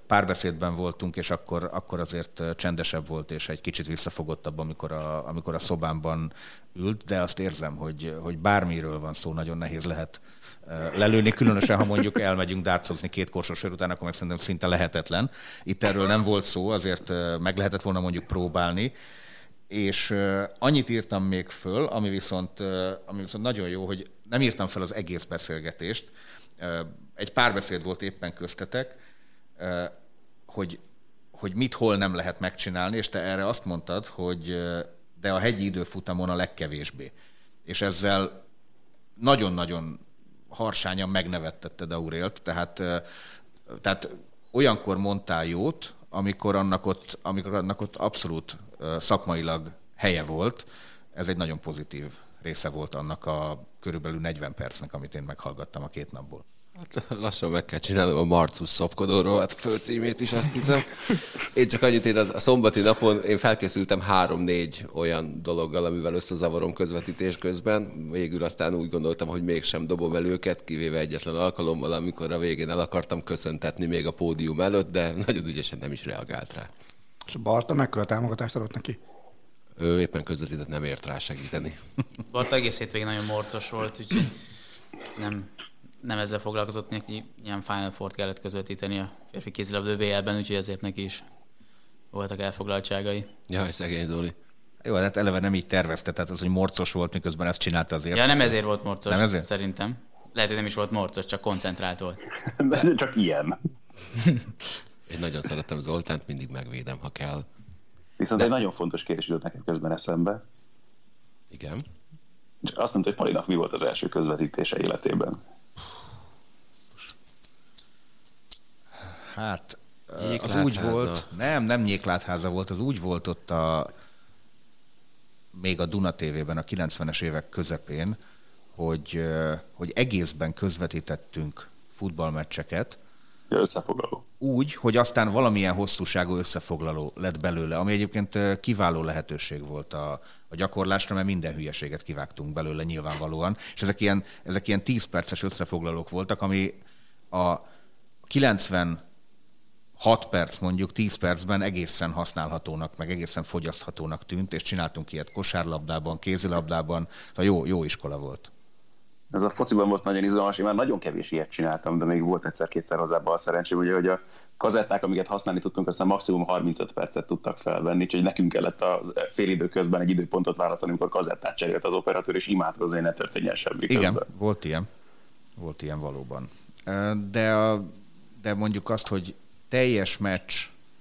párbeszédben voltunk, és akkor, akkor azért csendesebb volt, és egy kicsit visszafogottabb, amikor a, amikor a szobámban ült, de azt érzem, hogy, hogy bármiről van szó, nagyon nehéz lehet lelőni, különösen, ha mondjuk elmegyünk dárcozni két korsó sör után, akkor meg szerintem szinte lehetetlen. Itt erről nem volt szó, azért meg lehetett volna mondjuk próbálni, és annyit írtam még föl, ami viszont, ami viszont nagyon jó, hogy nem írtam fel az egész beszélgetést. Egy párbeszéd volt éppen köztetek, hogy, hogy mit hol nem lehet megcsinálni, és te erre azt mondtad, hogy de a hegyi időfutamon a legkevésbé. És ezzel nagyon-nagyon harsányan megnevettetted Aurélt, tehát, tehát olyankor mondtál jót, amikor annak ott, amikor annak ott abszolút szakmailag helye volt. Ez egy nagyon pozitív része volt annak a körülbelül negyven percnek, amit én meghallgattam a két napból. Hát lassan meg kell csinálnom a Marcus szopkodóról, hát fölcímét is, azt hiszem. Én csak annyit, én a szombati napon én felkészültem három-négy olyan dologgal, amivel összezavarom közvetítés közben. Végül aztán úgy gondoltam, hogy mégsem dobom el őket, kivéve egyetlen alkalommal, amikor a végén el akartam köszöntetni még a pódium előtt, de nagyon ügyesen nem is reagált rá. És Barta mekkora támogatást adott neki? Ő éppen közvetített, nem ért rá segíteni. Barta egész hétvégén nagyon morcos volt, úgyhogy nem... nem ezzel foglalkozott, neki ilyen Final Four-t kellett közvetíteni a férfi kézilabda bé el-ben, úgyhogy ezért neki is voltak elfoglaltságai. Jaj, szegény Zoli. Jó, hát eleve nem így tervezte, tehát az, hogy morcos volt, miközben ezt csinálta azért. Ja, nem ezért volt morcos, nem ezért? Szerintem. Lehet, hogy nem is volt morcos, csak koncentrált volt. De csak ilyen. Én nagyon szeretem Zoltánt, mindig megvédem, ha kell. Viszont De... egy nagyon fontos kérdés jutott nekem közben eszembe. Igen. És azt mondta, hogy Palinak mi volt az első közvetítése életében? Hát, az úgy volt, nem, nem Nyéklátháza volt, az úgy volt ott a, még a Duna té vében a kilencvenes évek közepén, hogy, hogy egészben közvetítettünk futballmeccseket. Ja, összefoglaló. Úgy, hogy aztán valamilyen hosszúságú összefoglaló lett belőle, ami egyébként kiváló lehetőség volt a, a gyakorlásra, mert minden hülyeséget kivágtunk belőle nyilvánvalóan, és ezek ilyen, ezek ilyen tíz perces összefoglalók voltak, ami a kilencvenhat perc, mondjuk tíz percben egészen használhatónak, meg egészen fogyaszthatónak tűnt, és csináltunk ilyet kosárlabdában, kézilabdában, szóval jó, jó iskola volt. Ez a fociban volt nagyon izgalmas, én már nagyon kevés ilyet csináltam, de még volt egyszer-kétszer hozzá a szerencsém, ugye, hogy a kazetták, amiket használni tudtunk, aztán maximum harmincöt percet tudtak felvenni, úgyhogy nekünk kellett a félidő közben egy időpontot választani, amikor kazettát cserélt az operatőr, és imádkozni, hogy ne történjen semmi Igen, közben. volt ilyen. Volt ilyen valóban. De, a, de mondjuk azt, hogy teljes meccs,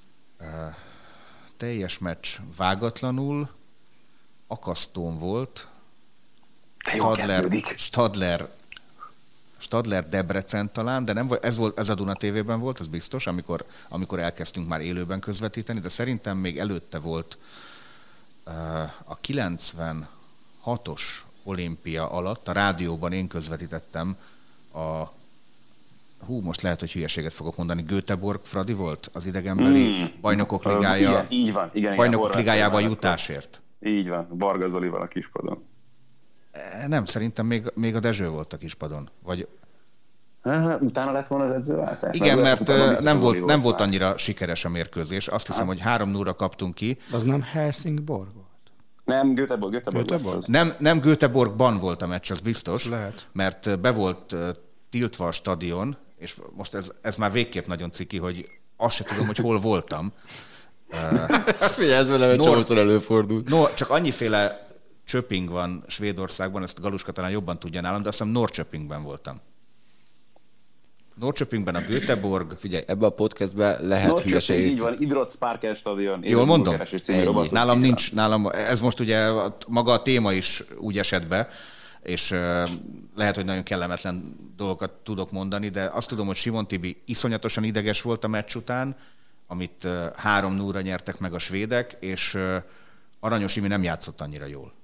teljes meccs vágatlanul, akasztón volt, Stadler, Stadler, Stadler Debrecen talán, de nem volt, ez, volt, ez a Duna té vében volt, ez biztos, amikor, amikor elkezdtünk már élőben közvetíteni, de szerintem még előtte volt a kilencvenhatos olimpia alatt, a rádióban én közvetítettem a hú, most lehet, hogy hülyeséget fogok mondani, Göteborg Fradi volt az idegenbeli mm. bajnokok ligája, igen, így van, igen, bajnokok igen, ligájában jutásért. Így van, Varga Zolival a kispadon. Nem, szerintem még, még a Dezső volt a kispadon. Vagy... Utána lett volna az edzőváltás? Igen, mert nem volt, nem volt annyira sikeres a mérkőzés. Azt hiszem, hogy három nulla kaptunk ki. Az nem Helsingborg volt? Nem, Göteborg. Göteborg, Göteborg? Nem, nem Göteborgban volt a meccs, az biztos. Lehet. Mert be volt tiltva a stadion, és most ez, ez már végképp nagyon ciki, hogy azt se tudom, hogy hol voltam. Figyelj, ez velem egy csomószor előfordul. No, csak annyiféle Csöping van Svédországban, ezt Galuska talán jobban tudja nálam, de azt hiszem Norrköpingben voltam. Norrköpingben a Göteborg. Figyelj, ebbe a podcastben lehet hülyeség. Így van, Idrottsparken stadion. Jól mondom? Nálam nincs, nálam, ez most ugye maga a téma is úgy esett be, és lehet, hogy nagyon kellemetlen dolgokat tudok mondani, de azt tudom, hogy Simon Tibi iszonyatosan ideges volt a meccs után, amit három nullra nyertek meg a svédek, és Aranyos Imi nem játszott annyira jól.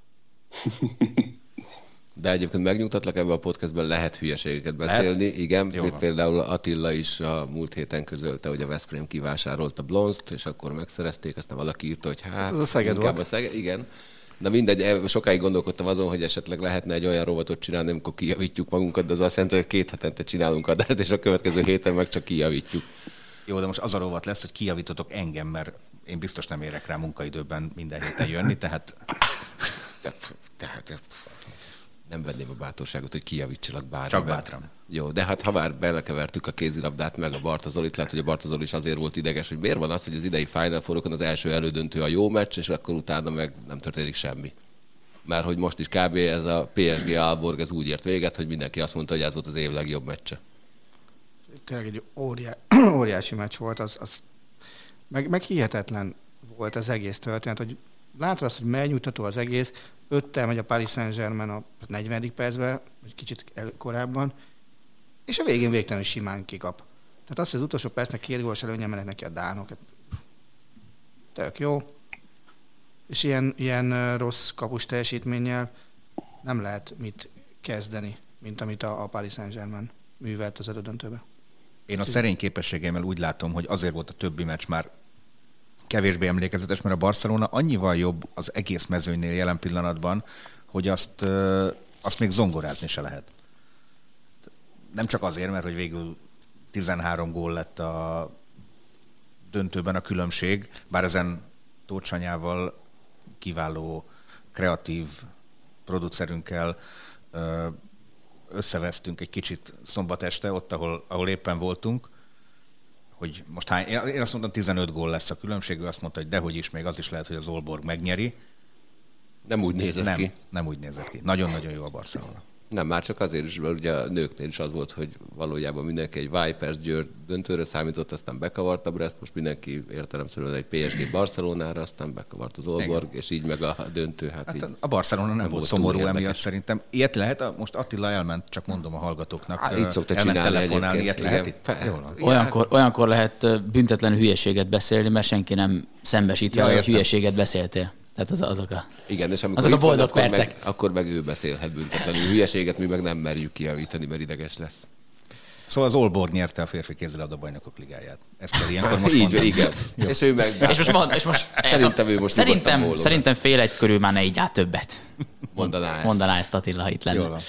De egyébként megnyugtatlak, ebben a podcastben lehet hülyeségeket beszélni. Lehet? Igen, például Attila is a múlt héten közölte, hogy a Veszprém kivásárolta Blonszt, és akkor megszerezték, aztán valaki írta, hogy hát... Ez a Szeged volt. A Szeged, igen. Na mindegy, sokáig gondolkodtam azon, hogy esetleg lehetne egy olyan rovatot csinálni, amikor kijavítjuk magunkat, de az azt jelenti, hogy két hetente csinálunk adást, és a következő héten meg csak kijavítjuk. Jó, de most az a rovat lesz, hogy kijavítotok engem, mert én biztos nem érek rá munkaidőben minden héten jönni, tehát... De, tehát nem venném a bátorságot, hogy kijavítsalak bármiben. Csak bátran. Jó, de hát ha már belekevertük a kézilabdát meg a Barta Zolit, lehet, hogy a Barta Zoli is azért volt ideges, hogy miért van az, hogy az idei Final Four-okon az első elődöntő a jó meccs, és akkor utána meg nem történik semmi. Mert hogy most is kb. Ez a pé es gé Aalborg ez úgy ért véget, hogy mindenki azt mondta, hogy ez volt az év legjobb meccse. Tényleg egy óriá... óriási meccs volt, az, az... Meg, meg hihetetlen volt az egész történet, hogy látod azt, hogy megnyugtató az egész, öttel megy a Paris Saint-Germain a negyvenedik percben, vagy kicsit korábban, és a végén végtelenül simán kikap. Tehát azt, hogy az utolsó percnek két gólos előnye mennek neki a dánok. Tök jó. És ilyen, ilyen rossz kapus teljesítménnyel nem lehet mit kezdeni, mint amit a, a Paris Saint-Germain művelt az elődöntőben. Én a szerény képességeimmel úgy látom, hogy azért volt a többi meccs már kevésbé emlékezetes, mert a Barcelona annyival jobb az egész mezőnynél jelen pillanatban, hogy azt, azt még zongorázni se lehet. Nem csak azért, mert hogy végül tizenhárom gól lett a döntőben a különbség, bár ezen Tóth Sanyával kiváló, kreatív producerünkkel összevesztünk egy kicsit szombat este, ott, ahol, ahol éppen voltunk, hogy most hány, én azt mondtam, tizenöt gól lesz a különbség, ő azt mondta, hogy dehogy is, még az is lehet, hogy az Aalborg megnyeri. Nem úgy nézett nem, ki. Nem úgy nézett ki. Nagyon-nagyon jó a Barcelona. Nem, már csak azért is, mert ugye a nőknél is az volt, hogy valójában mindenki egy Vipers Győr döntőre számított, aztán bekavart a Brest, most mindenki értelemszerűen egy pé es gé Barcelonára, aztán bekavart az Aalborg, igen. És így meg a döntő. Hát, hát így a Barcelona nem, nem volt szomorú emiatt érdekes. Szerintem. Ilyet lehet? Most Attila elment, csak mondom a hallgatóknak. Há, így szokta csinálni telefonálni, ilyet lehet igen. itt? Jól, Olyankor, olyankor lehet büntetlen hülyeséget beszélni, mert senki nem szembesít vele, ja, hogy hülyeséget beszéltél. Tehát az, azok a, igen, és amikor azok a boldog van, akkor percek. meg, akkor meg ő beszélhet büntetlenül hülyeséget, mi meg nem merjük kijavítani, mert ideges lesz. Szóval az Aalborg nyerte a férfi kézilabda bajnokok ligáját. Ezt kell ilyenkor most Így, mondani. igen. És ő meg... És most, mond, és most Szerintem ő most szerintem, szerintem fél egy körül már ne így át többet. Mondaná ezt. Mondaná ezt Attila, ha itt lenne. Jól van.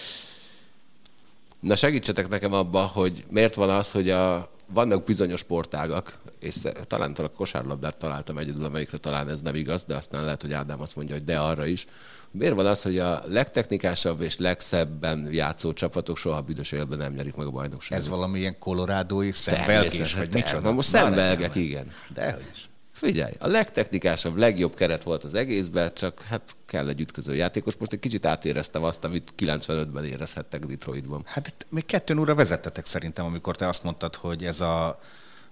Na segítsetek nekem abba, hogy miért van az, hogy a, vannak bizonyos sportágak, és talán a kosárlabdát találtam egyedül, amelyikre talán ez nem igaz, de aztán lehet, hogy Ádám azt mondja, hogy de arra is. Miért van az, hogy a legtechnikásabb és legszebben játszó csapatok soha büdös életben nem nyerik meg a bajnokságot? Ez valami ilyen kolorádói szemvelgés, vagy micsoda? Na most szemvelgek, igen. Dehogy is. Figyelj, a legtechnikásabb, legjobb keret volt az egészben, csak hát kell egy ütköző játékos. Most egy kicsit átéreztem azt, amit kilencvenötben érezhettek Detroitban. Hát itt még kettő óra vezettetek szerintem, amikor te azt mondtad, hogy ez a,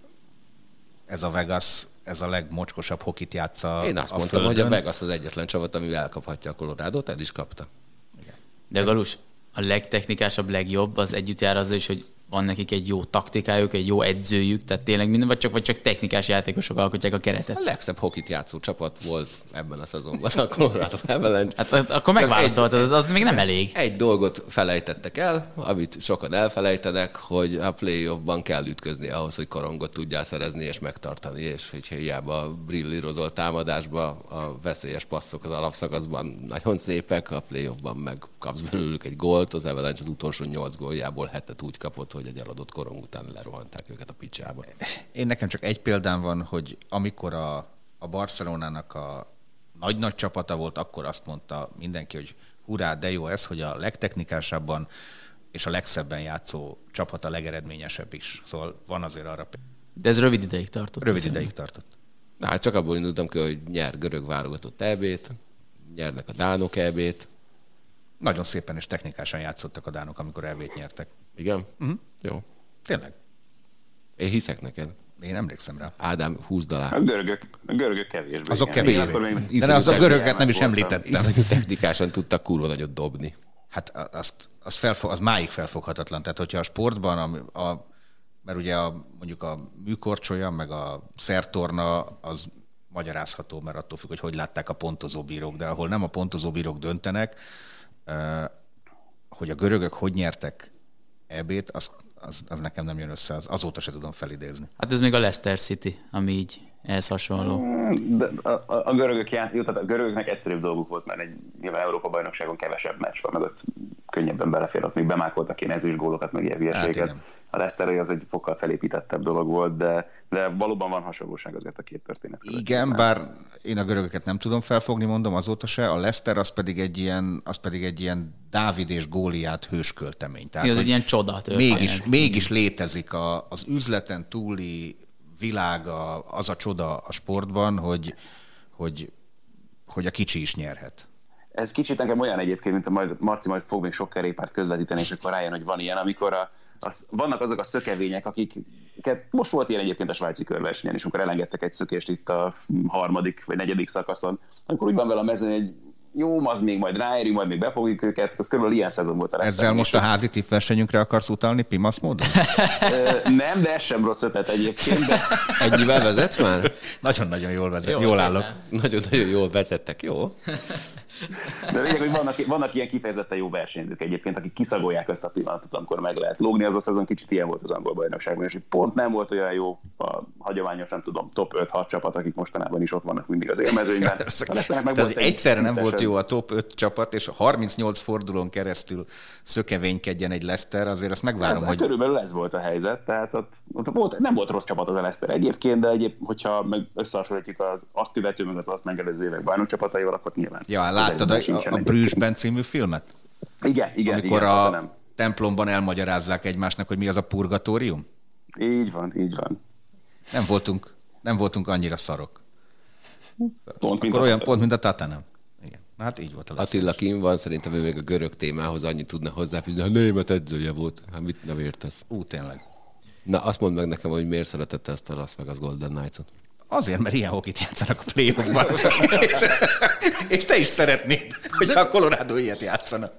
ez a Vegas, ez a legmocskosabb hokit játsza. Én azt a mondtam, földön. hogy a Vegas az egyetlen csapat, ami elkaphatja a Colorado-t, el is kapta. De Galus, a legtechnikásabb, legjobb az együtt jár azzal is, hogy van nekik egy jó taktikájuk, egy jó edzőjük, tehát tényleg minden, vagy csak, vagy csak technikás játékosok alkotják a keretet. A legszebb hokit játszó csapat volt ebben a szezonban a Colorado Avalanche. Hát akkor megválaszoltad, az, az még nem elég. Egy dolgot felejtettek el, amit sokan elfelejtenek, hogy a playoffban kell ütközni ahhoz, hogy korongot tudjál szerezni és megtartani, és hogyha hiába brillírozol támadásba, a veszélyes passzok az alapszakaszban nagyon szépek, a playoffban meg kapsz belőlük egy gólt, az Avalanche az utolsó nyolc góljából hetet úgy kapott, hogy egy eladott korong után lerohanták őket a picsába. Én nekem csak egy példám van, hogy amikor a, a Barcelonának a nagy-nagy csapata volt, akkor azt mondta mindenki, hogy hurrá, de jó ez, hogy a legtechnikásabban és a legszebben játszó csapat a legeredményesebb is. Szóval van azért arra. De ez rövid ideig tartott. Rövid ideig tartott. Na, hát csak abból indultam ki, hogy nyer görög válogatott é bét, nyernek a dánok é bét. Nagyon szépen és technikásan játszottak a dánok, amikor é bét nyertek. Igen? Uh-huh. Jó. Tényleg. Én hiszek neked. Én emlékszem rá. Ádám, húzd alá. A görögök, a görögök kevésbé. Azok igen. kevésbé. Akkor még- De ne, az a Iszonyú görögöket nem is voltam. említettem. Iszonyú technikásan tudtak kurva nagyot dobni. Hát azt, az, felfog, az máig felfoghatatlan. Tehát, hogyha a sportban, a, a, mert ugye a, mondjuk a műkorcsolya, meg a szertorna, az magyarázható, mert attól függ, hogy hogy látták a pontozóbírók, de ahol nem a pontozóbírók döntenek, hogy a görögök hogy nyertek é bét, az, az, az nekem nem jön össze, az, azóta se tudom felidézni. Hát ez még a Leicester City, ami így ehhez hasonló. De a, a, a görögök ját, jó, tehát a görögöknek egyszerűbb dolguk volt, mert egy nyilván Európa-bajnokságon kevesebb meccs van, meg ott könnyebben belefér, ott még bemákoltak ilyen ezüst gólokat, meg ilyen hülyeséget. Hát, a Leicester az egy fokkal felépítettebb dolog volt, de, de valóban van hasonlóság azért a két történet között. Igen, bár én a görögöket nem tudom felfogni, mondom azóta se, a Leicester az pedig egy ilyen, az pedig egy ilyen Dávid és Góliát hősköltemény. Tehát, ez egy ilyen csoda történet. Mégis, mégis létezik a, az üzleten túli világa, az a csoda a sportban, hogy, hogy, hogy a kicsi is nyerhet. Ez kicsit nekem olyan egyébként, mint a majd, Marci majd fog még sok kerépát közvetíteni, és akkor rájön, hogy van ilyen, amikor a, az, vannak azok a szökevények, akik most volt ilyen egyébként a svájci körversenyen, és amikor elengedtek egy szökést itt a harmadik vagy negyedik szakaszon, amikor úgy van vele a mezőn, egy jó, az még majd ráérjük, majd még befogjuk őket, az körülbelül ilyen szezon volt a Leicester. Ezzel most a házi tippversenyünkre akarsz utalni, Pimasz módon? Nem, de ez sem rossz ötlet egyébként. De... Ennyivel vezetsz már? Nagyon-nagyon jól vezet, jól, jól állok. Nagyon-nagyon jól vezettek, jó? De lényeg, hogy vannak, vannak ilyen kifejezetten jó versenyzők egyébként, akik kiszagolják azt a pillanatot, amikor meg lehet lógni. Az a szezon kicsit ilyen volt az angol bajnokságban, és pont nem volt olyan jó a hagyományos, nem tudom, top öt-hat csapat, akik mostanában is ott vannak mindig az élmezőnyben. Egyszerre nem volt jó a top öt csapat, és a harmincnyolc fordulón keresztül szökevénykedjen egy Leicester, azért ezt megvárom, ez, hogy... Körülbelül ez volt a helyzet, tehát ott, ott volt, nem volt rossz csapat az a Leicester egyébként, de egyéb, hogyha meg összehasonlítjuk az azt követő, meg az azt megelőző évek bajnokcsapataival, akkor nyilván. Ja, láttad a, a, a Brüsszben című filmet? Igen, igen. Amikor igen, a nem. templomban elmagyarázzák egymásnak, hogy mi az a purgatórium? Így van, így van. Nem voltunk, nem voltunk annyira szarok. Pont, Akkor olyan pont, mint a Tatanem. Igen. Hát így volt a lesz. Attila kim van, szerintem ő még a görög témához annyit tudna hozzáfűzni, ha német edzője volt. Hát mit nem értesz? Ú, tényleg. Na, azt mondd meg nekem, hogy miért szeretette ezt a Las Vegas Golden Knights-ot. Azért, mert ilyen hokit játszanak a play-offban. és, és te is szeretnéd, hogy a Colorado ilyet játszanak.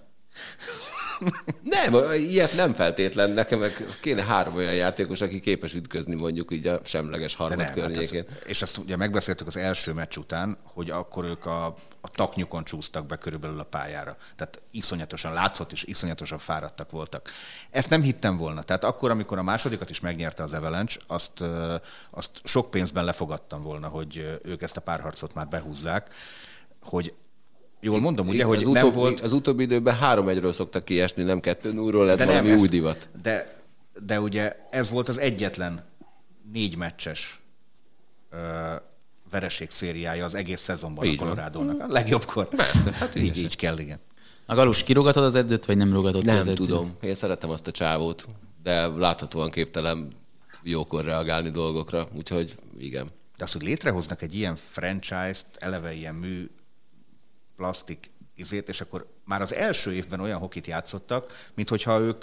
Nem, ilyet nem feltétlen. Nekem meg kéne három olyan játékos, aki képes ütközni mondjuk így a semleges harmad nem, környékén. Hát ez, és azt ugye megbeszéltük az első meccs után, hogy akkor ők a, a taknyukon csúsztak be körülbelül a pályára. Tehát iszonyatosan látszott, és iszonyatosan fáradtak voltak. Ezt nem hittem volna. Tehát akkor, amikor a másodikat is megnyerte az Avalanche, azt, azt sok pénzben lefogadtam volna, hogy ők ezt a párharcot már behúzzák, hogy jól mondom, ugye, hogy az nem utóbbi, volt... Az utóbbi időben három egyről szoktak kiesni, nem kettő nullról, ez de valami új divat. De, de ugye ez volt az egyetlen négy meccses ö, vereség szériája az egész szezonban így a Colorado-nak. A legjobbkor. Persze, hát így, így kell, igen. A Galus, kirúgatod az edzőt, vagy nem rúgatod nem ki az edzőt? Nem tudom. Én szeretem azt a csávót, de láthatóan képtelen jókor reagálni dolgokra, úgyhogy igen. De az, hogy létrehoznak egy ilyen franchise-t, eleve ilyen mű plastik izét, és akkor már az első évben olyan hokit játszottak, mint hogyha ők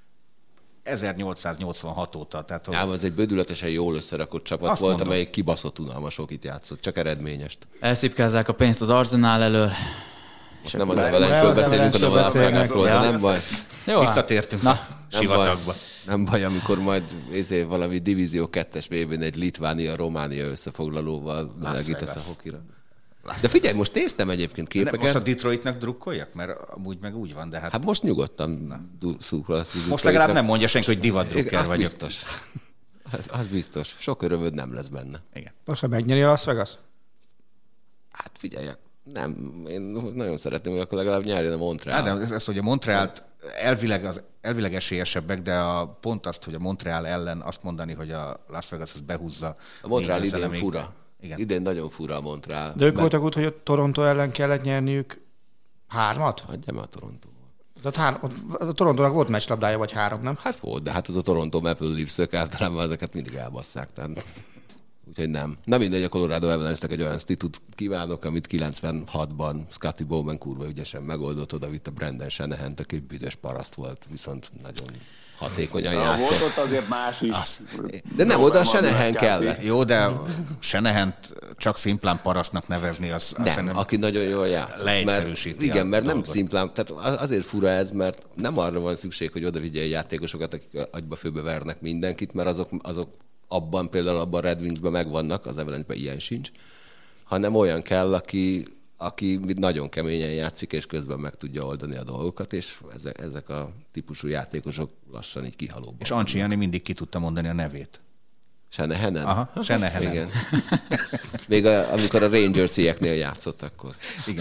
ezernyolcszáznyolcvanhat óta. Tehát, hogy... Ám az egy bődületesen jól összerakott csapat azt volt, mondom. Amelyik kibaszott unalmas hokit játszott, csak eredményest. Elszipkázzák a pénzt az Arsenal elől. Most nem az Avalanche-ről beszélünk, hanem a Las Vegasról, de nem baj. Jó, visszatértünk Na, a sivatagba. Nem baj, amikor majd ezért valami Divízió kettes vé bén egy Litvánia-Románia összefoglalóval melegítesz a hokira. De figyelj, most néztem egyébként képeket. Most a Detroitnak drukkoljak? Mert amúgy meg úgy van, de hát... Hát most nyugodtan szúrva. Most legalább nem mondja senki, hogy divat drukker vagyok. Biztos. Az, az biztos. Sok örömöd nem lesz benne. Igen. Most, ha megnyeri a Las Vegas? Hát figyelj, nem. Én nagyon szeretném, hogy akkor legalább nyerjen a Montreal. Hát, de ezt, hogy a Montrealt elvileg, az, elvileg esélyesebbek, de a, pont azt, hogy a Montreal ellen azt mondani, hogy a Las Vegas azt behúzza. A Montreal idén fura. Igen. Idén nagyon fura a Montreal. De ők voltak úgy, hogy a Toronto ellen kellett nyerniük hármat? Hagyjam már a Torontóval. De három, a Torontónak volt meccslabdája, vagy három, nem? Hát volt, de hát az a Toronto Maple Leafs-ök általában ezeket mindig elbasszák. Tehát... Úgyhogy nem. Nem mindegy, a Colorado Avalanche-nek egy olyan sztitút kívánok, amit kilencvenhatban Scotty Bowman kurva ügyesen megoldott, oda vitt a Brandon Shanahan-t, aki egy büdös paraszt volt, viszont nagyon hatékonyan játszott. Volt ott azért más is. Az. De nem, oda a Shanahan kellett. Jó, de Shanahan-t csak szimplán parasztnak nevezni, az, az nem, aki nagyon jól játszott. Leegyszerűsíti. Igen, mert nem szimplán, tehát azért fura ez, mert nem arra van szükség, hogy oda vigye játékosokat, akik agyba főbe vernek mindenkit, mert azok, azok abban például abban a Red Wingsben megvannak, az Avalanche-ben ilyen sincs, hanem olyan kell, aki, aki nagyon keményen játszik, és közben meg tudja oldani a dolgokat, és ezek, ezek a típusú játékosok lassan így kihalóban. És Ancsi Jani mindig ki tudta mondani a nevét. Shanahanen? Aha, Shanahanen. Igen. Még a, amikor a Rangers-ieknél játszott akkor. Igen.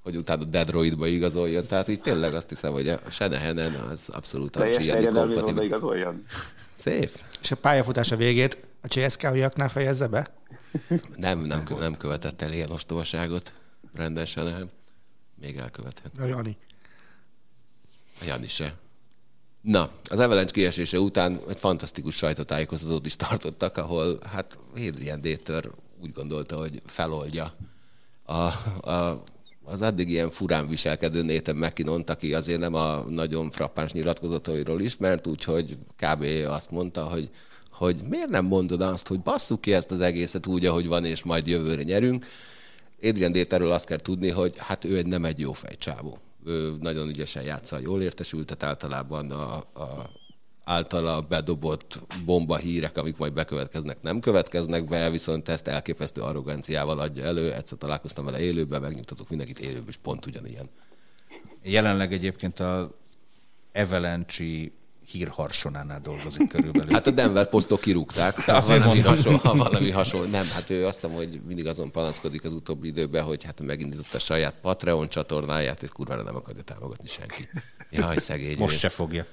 hogy utána Detroitba igazoljon. Tehát így tényleg azt hiszem, hogy a Shanahanen az abszolút a Gianni kompatibilis. Szép. És a pályafutása végét a cé es ká jaknál fejezze be? Nem, nem, nem követett el ilyen ostobaságot. Brandon Shanahan. Még elkövethet. A Jani. A Jani se. Na, az Avalanche kiesése után egy fantasztikus sajtótájékoztatót is tartottak, ahol hát Adrian Dater úgy gondolta, hogy feloldja a, a, az addig ilyen furán viselkedő Nathan McKinnont, aki azért nem a nagyon frappáns nyilatkozatairól ismert, úgyhogy kb. Azt mondta, hogy, hogy miért nem mondod azt, hogy basszuk ki ezt az egészet úgy, ahogy van, és majd jövőre nyerünk. Adrian Daterről azt kell tudni, hogy hát ő nem egy jó fejcsávó. Ő nagyon ügyesen játsza a jól értesültet, általában a, a általa bedobott bomba hírek, amik majd bekövetkeznek, nem következnek be, viszont ezt elképesztő arroganciával adja elő. Egyszer találkoztam vele élőben, megnyugtatok mindenkit, élőben is pont ugyanilyen. Jelenleg egyébként a Avalanche hírharsonánál dolgozik körülbelül. Hát a Denver Postot kirúgták. Ha valami, hasonló, ha valami hasonló. Nem, hát ő azt hiszem, hogy mindig azon panaszkodik az utóbbi időben, hogy hát megindította a saját Patreon csatornáját, és kurvára nem akarja támogatni senki. Jaj, szegény. Most se fogja.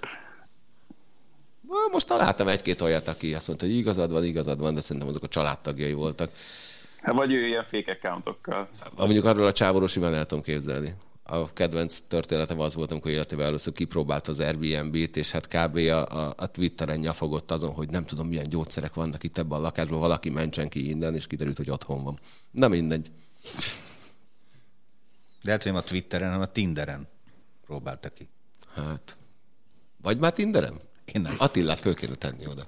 Most találtam egy-két olyat, aki azt mondta, hogy igazad van, igazad van, de szerintem azok a családtagjai voltak. Hát vagy ő ilyen fake accountokkal. Mondjuk arról a csávóról simán el tudom képzelni. A kedvenc történetem az volt, amikor életében először kipróbálta az Airbnb-t, és hát kb. a, a, a Twitteren nyafogott azon, hogy nem tudom, milyen gyógyszerek vannak itt ebben a lakásban, valaki mentsen ki innen, és kiderült, hogy otthon van. Na mindegy. De lehet, hogy nem a Twitteren, hanem a Tinderen próbálta ki. Hát, vagy már Tinderen? Én nem. Attilát föl kéne tenni oda.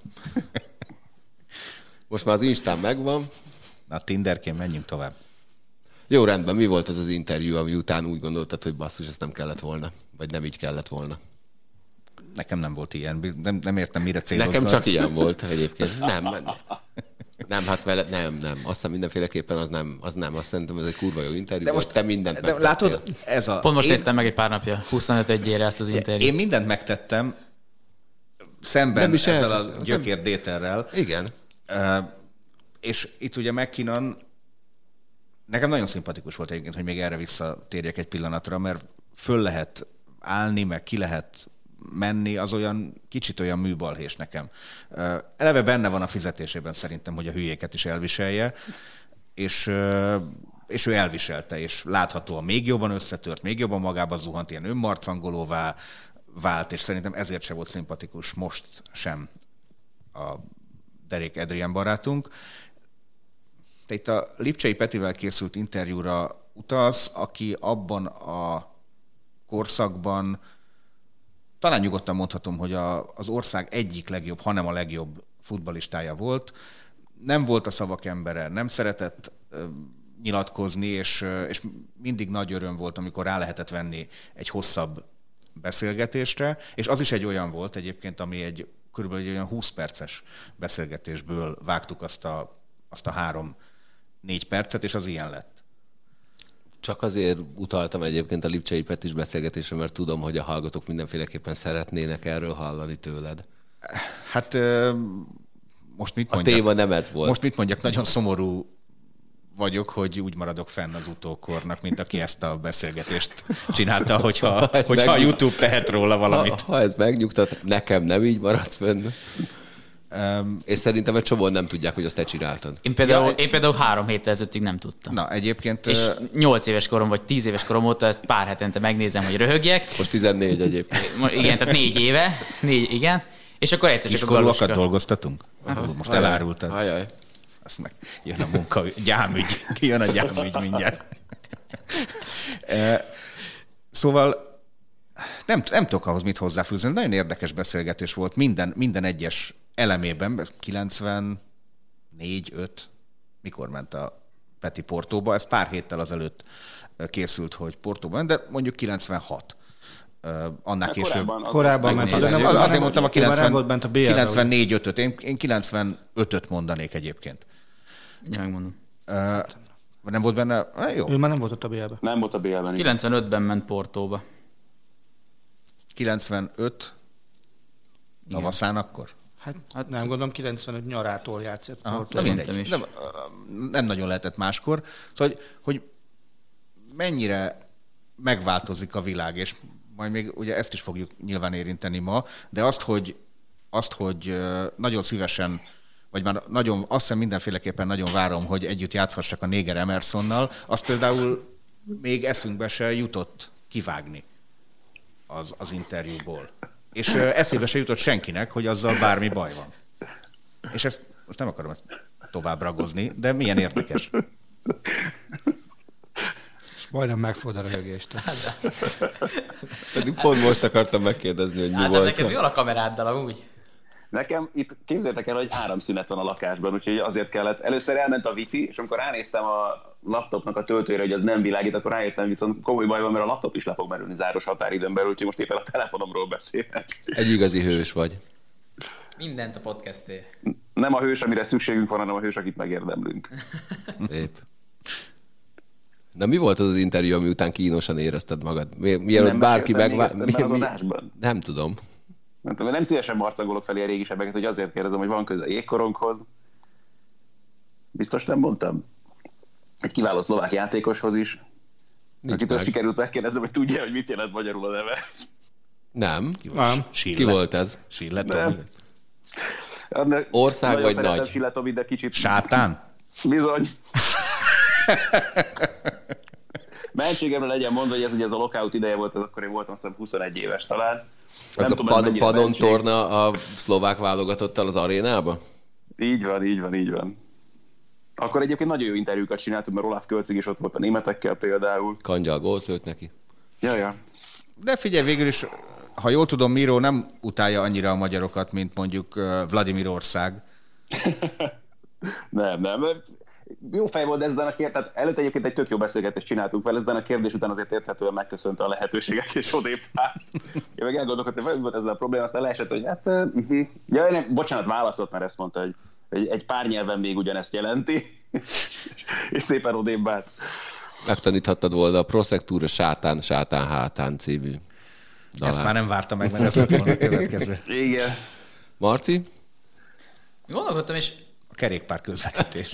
Most már az Instán megvan. Na, a Tinderként menjünk tovább. Jó, rendben. Mi volt az az interjú, ami után úgy gondoltad, hogy basszus, ezt nem kellett volna? Vagy nem így kellett volna? Nekem nem volt ilyen. Nem, nem értem, mire céloztad. Nekem csak ilyen volt egyébként. Nem, nem, hát vele, nem, nem. Azt hiszem mindenféleképpen az nem, az nem. Azt szerintem ez egy kurva jó interjú. De most te mindent de látod, ez a... Pont most én... néztem meg egy pár napja, huszonöt egyére ezt az interjút. Én mindent megtettem, szemben ezzel el... a gyökér Daterrel. Igen. Uh, és itt ugye McKinnon nekem nagyon szimpatikus volt egyébként, hogy még erre visszatérjek egy pillanatra, mert föl lehet állni, meg ki lehet menni, az olyan kicsit olyan műbalhés nekem. Uh, eleve benne van a fizetésében szerintem, hogy a hülyéket is elviselje, és, uh, és ő elviselte, és láthatóan még jobban összetört, még jobban magába zuhant, ilyen önmarcangolóvá vált, és szerintem ezért se volt szimpatikus most sem a Derek Adrian barátunk. Te itt a Lipcsei Petivel készült interjúra utalsz, aki abban a korszakban talán nyugodtan mondhatom, hogy a, az ország egyik legjobb, hanem a legjobb futballistája volt. Nem volt a szavak embere, nem szeretett uh, nyilatkozni, és, uh, és mindig nagy öröm volt, amikor rá lehetett venni egy hosszabb beszélgetésre, és az is egy olyan volt egyébként, ami egy körülbelül egy olyan húsz perces beszélgetésből vágtuk azt a, azt a három-négy percet, és az ilyen lett. Csak azért utaltam egyébként a Lipcsei Petis beszélgetésre, mert tudom, hogy a hallgatók mindenféleképpen szeretnének erről hallani tőled. Hát most mit mondjak? A téma nem ez volt. Most mit mondjak? Nagyon szomorú vagyok, hogy úgy maradok fenn az utókornak, mint aki ezt a beszélgetést csinálta, hogyha, ha hogyha megnyug... a YouTube tehet róla valamit. Ha, ha ez megnyugtat, nekem nem így maradsz fenn. Um, és szerintem egy csomóan nem tudják, hogy azt te csináltad. Én például, ja, én például három héttel ezelőttig nem tudtam. Na, egyébként... És nyolc éves korom, vagy tíz éves korom óta ezt pár hetente megnézem, hogy röhögjek. Most tizennégy egyébként. Igen, tehát négy éve. Négy, igen. És akkor egyszer csak a Iskolóakat dolgoztatunk? Aha. Most ajaj, elárultad. Ajaj. Azt meg jön a munka, gyámügy. Jön a gyámügy mindjárt. Szóval nem, nem tudok ahhoz mit hozzáfűzni. Nagyon érdekes beszélgetés volt minden, minden egyes elemében. kilencvennégy öt mikor ment a Peti Portóba? Ez pár héttel azelőtt készült, hogy Portóban, de mondjuk kilencvenhat. Uh, annál hát később. Korábban, korábban ment. Az, azért, azért mondtam a kilencvennégy ötöt. Én, én kilencvenötöt mondanék egyébként. Ja, megmondom. Uh, nem volt benne? Ah, jó. Ő már nem volt ott a bé el-ben. Nem volt a bé el-ben. kilencvenötben ment Portóba. kilencvenöt tavaszán akkor? Hát, hát nem gondolom, kilencvenöt nyarától játszott Portóban. Nem, nem, nem nagyon lehetett máskor. Szóval, hogy, hogy mennyire megváltozik a világ, és majd még ugye ezt is fogjuk nyilván érinteni ma, de azt, hogy, azt, hogy nagyon szívesen, vagy már nagyon, azt hiszem mindenféleképpen nagyon várom, hogy együtt játszhassak a Néger Emersonnal, azt például még eszünkbe se jutott kivágni az, az interjúból. És eszébe se jutott senkinek, hogy azzal bármi baj van. És ezt most nem akarom ezt tovább ragozni, de milyen érdekes. Majdnem megfogod a röhögést. Pedig pont most akartam megkérdezni, hogy mi hát, volt. Neked mi van a kameráddal amúgy? Nekem itt képzeljétek el, hogy áramszünet van a lakásban, úgyhogy azért kellett. Először elment a wifi, és amikor ránéztem a laptopnak a töltőjére, hogy az nem világít, akkor rájöttem, viszont komoly baj van, mert a laptop is le fog merülni záros határidőn belül, úgyhogy most éppen a telefonomról beszélek. Egy igazi hős vagy. Mindent a podcastért. Nem a hős, amire szükségünk van, hanem a hős, akit megérdemlünk. Szép. Na mi volt az az interjú, ami után kínosan érezted magad? Mielőtt bárki megvá... Mi, az adásban? Nem tudom. Nem, tudom, nem szívesen marcangolok felé a régisebbeket, hogy azért kérdezem, hogy van köze a jégkoronghoz. Biztos nem mondtam? Egy kiváló szlovák játékoshoz is. Nincs akitől meg. Sikerült megkérdezem, hogy tudja, hogy mit jelent magyarul a neve. Nem. Nem. Ki volt ez? Sille Tomi. Ország vagy nagy? Sille Tomi, de kicsit... Sátán? Bizony. Mentségemre legyen mondva, hogy ez ugye ez a lockout ideje volt, az akkor én voltam azt hiszem huszonegy éves talán. Ez nem a tudom, pad- padon torna a szlovák válogatottal az arénába? Így van, így van, így van. Akkor egyébként nagyon jó interjúkat csináltunk, mert Olaf Kölcig is ott volt a németekkel például. Kangyal gólt lőtt neki. Ja, ja. De figyelj, végül is, ha jól tudom, Miró nem utálja annyira a magyarokat, mint mondjuk Vladimir ország. nem, nem. Jó fej volt, de ezzel a kérdés, tehát előtt egyébként egy tök jó beszélgetést csináltunk vele, ezzel a kérdés után azért érthetően megköszönte a lehetőséget, és odébb állt. Én meg elgondolkodtam, hogy volt ezzel a probléma, aztán leesett, hogy hát, uh-huh. ja, nem, bocsánat, válaszolt, mert ezt mondta, hogy, hogy egy pár nyelven még ugyanezt jelenti, és szépen odébb állt. Megtaníthattad volna a Proszektúra Sátán, Sátán, Hátán című dalát. Ezt már nem vártam meg, mert ez lett volna a következő. Igen. Marci? Gondolkodtam, és a kerékpár közvetítés.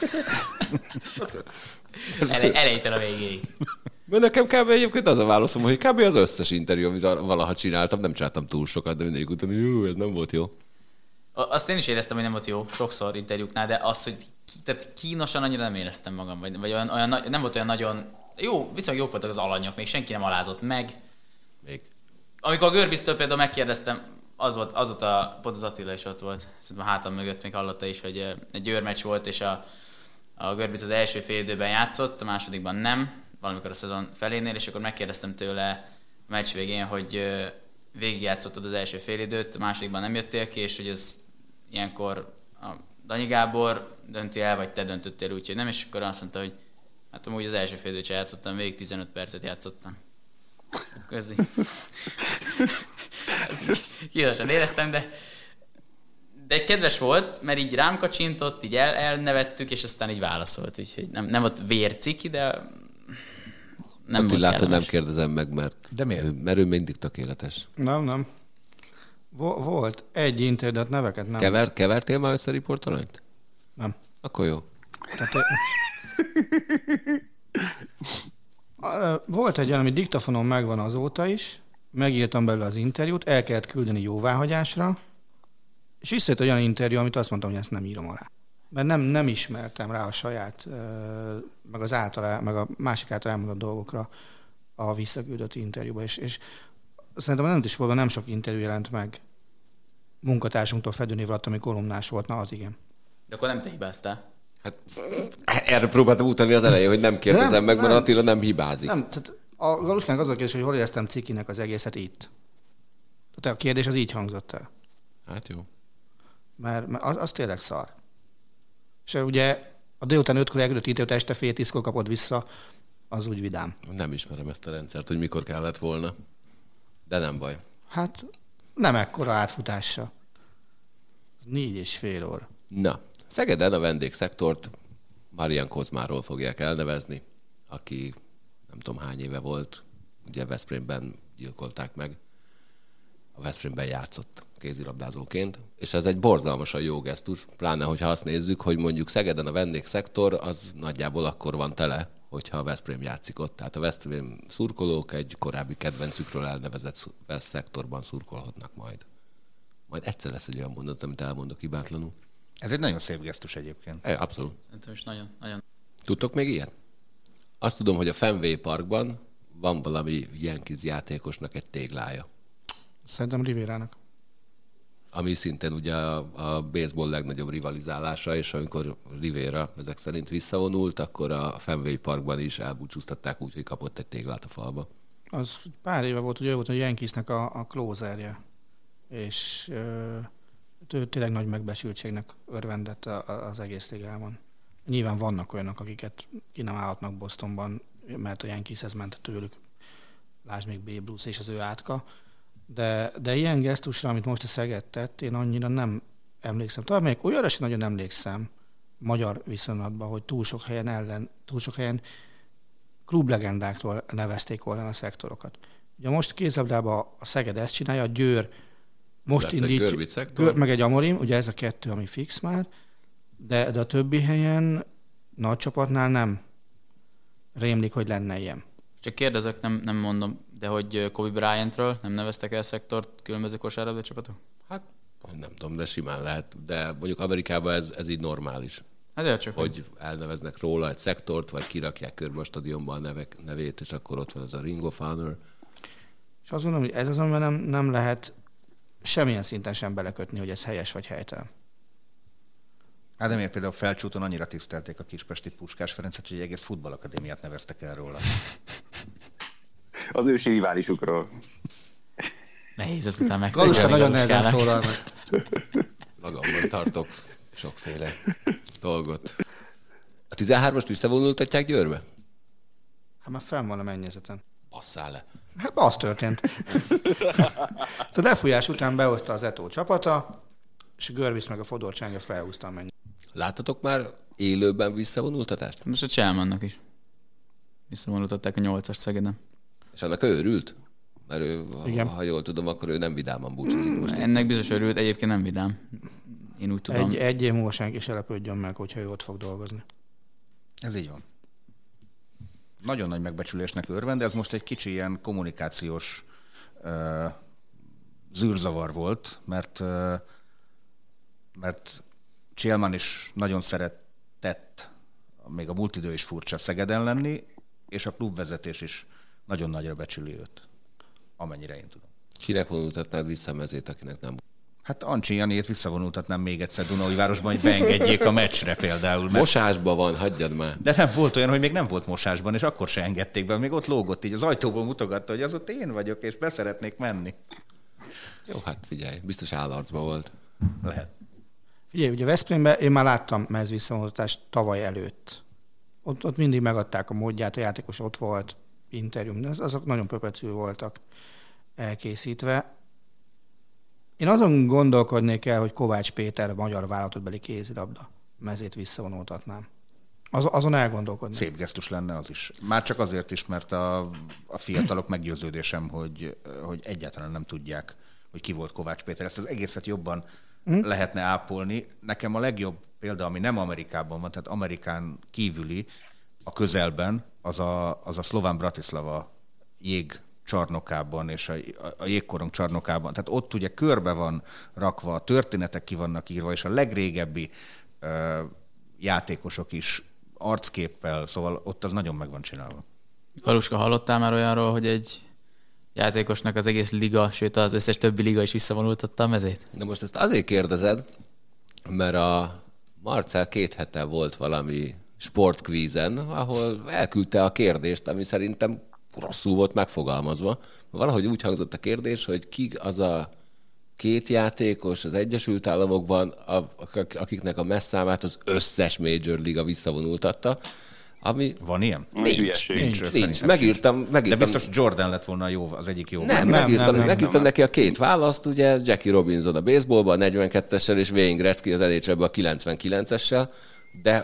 Ele, elejétől a végéig. Mert nekem kb. Egyébként az a válaszom, hogy kb. Az összes interjú, amit valaha csináltam, nem csináltam túl sokat, de mindig utána, hogy jó, ez nem volt jó. Azt én is éreztem, hogy nem volt jó, sokszor interjúknál, de azt, hogy tehát kínosan annyira nem éreztem magam, vagy, vagy olyan, olyan, nem volt olyan nagyon... Jó, viszonylag jók voltak az alanyok, még senki nem alázott meg. Még. Amikor a Görbiztől például megkérdeztem, az volt, az volt a, pont az Attila is ott volt, szerintem a hátam mögött még hallotta is, hogy egy győrmeccs volt, és a, a Görbic az első fél időben játszott, a másodikban nem, valamikor a szezon felénél, és akkor megkérdeztem tőle a meccs végén, hogy végigjátszottad az első fél időt, a másodikban nem jöttél ki, és hogy ez ilyenkor a Danyi Gábor dönti el, vagy te döntöttél úgy, hogy nem, és akkor azt mondta, hogy hát amúgy az első fél időt sem játszottam, végig tizenöt percet játszottam. Köszi. Kínosan éreztem, de, de kedves volt, mert így rám kacsintott, így el, elnevettük, és aztán így válaszolt. Úgyhogy nem, nem volt vérciki, de nem volt látod, nem kérdezem meg, mert, de miért? mert ő mindig tökéletes. Nem, nem. Vo- volt egy internet neveket, nem. Kever, kevertél már össze riportalanyt? Nem. Akkor jó. Tehát, volt egy olyan, ami diktafonon megvan azóta is, megírtam belőle az interjút, el kellett küldeni jóváhagyásra, és visszajött egy olyan interjú, amit azt mondtam, hogy ezt nem írom alá. Mert nem, nem ismertem rá a saját, meg az által, meg a másik által elmondott dolgokra a visszaküldött interjúba, és, és szerintem nem is volt, nem sok interjú jelent meg munkatársunktól Fedőnév alatt, ami kolumnás volt, na az igen. De akkor nem te hibáztál? Hát erre próbáltam utalni az elején, hogy nem kérdezem nem, meg, mert nem, Attila nem hibázik. Nem, tehát a Galuskának az a kérdés, hogy hol éreztem cikinek az egészet itt. Tehát a kérdés az így hangzott el. Hát jó. Mert, mert az, az tényleg szar. És ugye a délután ötkor elküldött interjút, este fél tízkor kapod vissza, az úgy vidám. Nem ismerem ezt a rendszert, hogy mikor kellett volna. De nem baj. Hát nem ekkora átfutása. Négy és fél óra. Na, Szegeden a vendégszektort Marian Kozmáról fogják elnevezni, aki nem tudom hány éve volt, ugye Veszprémben gyilkolták meg, a Veszprémben játszott kézilabdázóként, és ez egy borzalmasan jó gesztus, pláne hogyha azt nézzük, hogy mondjuk Szegeden a vendégszektor az nagyjából akkor van tele, hogyha a Veszprém játszik ott. Tehát a Veszprém szurkolók egy korábbi kedvencükről elnevezett szektorban szurkolhatnak majd. Majd egyszer lesz egy olyan mondat, amit elmondok hibátlanul. Ez egy nagyon szép gesztus egyébként. É, abszolút. Szerintem is nagyon, nagyon. Tudtok még ilyet? Azt tudom, hogy a Fenway Parkban van valami Yankees játékosnak egy téglája. Szerintem Rivérának. Ami szintén ugye a, a baseball legnagyobb rivalizálása, és amikor Rivera ezek szerint visszavonult, akkor a Fenway Parkban is elbúcsúztatták úgy, hogy kapott egy téglát a falba. Az pár éve volt, hogy ő volt a Yankeesnek a, a closerje, és ö, ő tényleg nagy megbecsültségnek örvendett a, a, az egész ligában. Nyilván vannak olyanok, akiket ki nem állhatnak Bostonban, mert a Yankeeshez ment tőlük. Lásd még Babe Ruth és az ő átka. De, de ilyen gesztusra, amit most a Szeged tett, én annyira nem emlékszem. Talán még olyanra sem nagyon emlékszem magyar viszonylatban, hogy túl sok helyen ellen, túl sok helyen klublegendáktól nevezték volna a szektorokat. Ugye most kézlabdában a Szeged ezt csinálja, a Győr most indít, Győr, meg egy Amorim, ugye ez a kettő, ami fix már, de, de a többi helyen nagy csapatnál nem rémlik, hogy lenne ilyen. Csak kérdezek, nem, nem mondom, de hogy Kobe Bryantről nem neveztek el szektort különböző kosárlabda csapatok? Hát nem tudom, de simán lehet. De mondjuk Amerikában ez, ez így normális. Hát de csak hogy elneveznek róla egy szektort, vagy kirakják körbe a stadionban a nevek, nevét, és akkor ott van ez a Ring of Honor. És azt gondolom, hogy ez az, amivel nem, nem lehet semmilyen szinten sem belekötni, hogy ez helyes vagy helytelen. Hát de miért például Felcsúton annyira tisztelték a kispesti Puskás Ferencet, hogy egy egész futballakadémiát neveztek el róla. Az ősi riválisukról. Nehéz ezt után megszólni. Galuska nagyon nehezen szólal meg. Magamban tartok sokféle dolgot. A tizenhármast visszavonultatják Győrbe? Hát már fenn van a mennyezeten. Basszál le. Hát az történt. Szóval lefújás után behozta az Etó csapata, és a Görbisz meg a Fodor Csánga felhúzta a mennyezeten. Láttatok már élőben visszavonultatást? Most a Cselmannak is. Visszavonultatták a nyolcas Szegeden. És annak ő örült? Mert ő, ha, ha jól tudom, akkor ő nem vidáman búcsúzik most. Ennek biztos örült, egyébként nem vidám. Én úgy tudom. Egy, egy év múlva senki se lepődjön meg, hogyha ő ott fog dolgozni. Ez így van. Nagyon nagy megbecsülésnek örvend, de ez most egy kicsi ilyen kommunikációs uh, zűrzavar volt, mert, uh, mert Cselman is nagyon szeretett, még a múlt idő is furcsa, Szegeden lenni, és a klubvezetés is nagyon nagyra becsüli őt, amennyire én tudom. Kinek vonultatnád vissza a mezét, akinek nem? Hát Ancsi Janét visszavonultatnám még egyszer Dunaújvárosban, hogy beengedjék a meccsre például. Mert... Mosásban van, hagyjad már. De nem volt olyan, hogy még nem volt mosásban, és akkor se engedték be, még ott lógott így, az ajtóból mutogatta, hogy az ott én vagyok, és beszeretnék menni. Jó, hát figyelj, biztos állarcban volt. Lehet. Figyelj, ugye Veszprémben én már láttam mez visszavonultatást tavaly előtt. Ott, ott mindig megadták a módját, a játékos ott volt, interjú, azok nagyon pöpecül voltak elkészítve. Én azon gondolkodnék el, hogy Kovács Péter a magyar vállalatotbeli kézilabda mezét visszavonultatnám. Az, azon elgondolkodnék. Szép gesztus lenne az is. Már csak azért is, mert a, a fiatalok meggyőződésem, hogy, hogy egyáltalán nem tudják, hogy ki volt Kovács Péter. Ezt az egészet jobban hmm. lehetne ápolni. Nekem a legjobb példa, ami nem Amerikában van, tehát Amerikán kívüli, a közelben, az a, az a szlován Bratislava jég csarnokában és a, a jégkorong csarnokában. Tehát ott ugye körbe van rakva, a történetek ki vannak írva, és a legrégebbi uh, játékosok is arcképpel, szóval ott az nagyon meg van csinálva. Galuska, hallottál már olyanról, hogy egy játékosnak az egész liga, sőt az összes többi liga is visszavonultatta a mezét? De most ezt azért kérdezed, mert a Marcell két hete volt valami sportkvízen, ahol elküldte a kérdést, ami szerintem rosszul volt megfogalmazva. Valahogy úgy hangzott a kérdés, hogy ki az a két játékos az Egyesült Államokban, akiknek a messzámát az összes Major Liga visszavonultatta. Ami van ilyen? Nincs, nincs, nincs. nincs. Megírtam, megírtam. De biztos Jordan lett volna jó, az egyik jó. Nem, nem, megírtam, nem, nem, megírtam nem, neki a két választ, ugye Jackie Robinson a baseballban, a negyvenkettessel, és Wayne Gretzky az en há el-ben a kilencvenkilencessel, de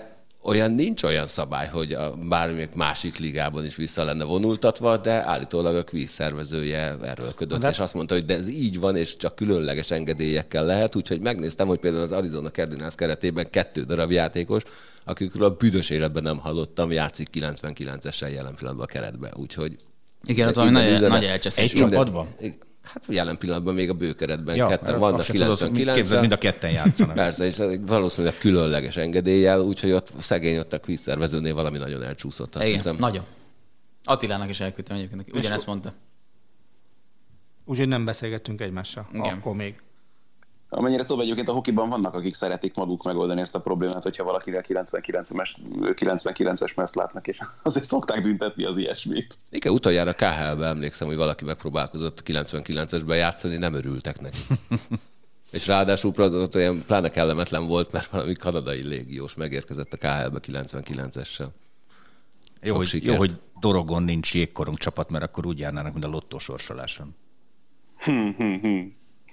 olyan nincs olyan szabály, hogy a bármilyen másik ligában is vissza lenne vonultatva, de állítólag a kvíz szervezője erőlködött, de... és azt mondta, hogy de ez így van, és csak különleges engedélyekkel lehet, úgyhogy megnéztem, hogy például az Arizona Cardinals keretében kettő darab játékos, akikről a büdös életben nem hallottam, játszik kilencvenkilencessel jelen pillanatban a keretben, úgyhogy... Igen, ott valami nagy, nagy elcseszés. Egy csapatban? Hát jelen pillanatban még a bőkeretben ja, ketten vannak kilencvenkilencen. Képzeld, mind a ketten játszanak. Persze, és valószínűleg különleges engedéllyel, úgyhogy ott szegény ott a kvízszervezőnél valami nagyon elcsúszott. Azt Igen, hiszem. nagyon. Attilának is elküldtem egyébként, ugyanezt mondta. Úgyhogy nem beszélgettünk egymással. Igen. Akkor még. Amennyire tudom, egyébként a hokiban vannak, akik szeretik maguk megoldani ezt a problémát, hogyha valakivel kilencvenkilences meszt látnak, és azért szokták büntetni az ilyesmit. Igen, utoljára ká há el-ben emlékszem, hogy valaki megpróbálkozott kilencvenkilencesben játszani, nem örültek neki. És ráadásul ott olyan pláne kellemetlen volt, mert valami kanadai légiós megérkezett a ká há el-be kilencvenkilencessel. Jó, hogy, jó, hogy Dorogon nincs jégkorong csapat, mert akkor úgy járnának, mint a lottósorsoláson. Hmm, hmm, hmm.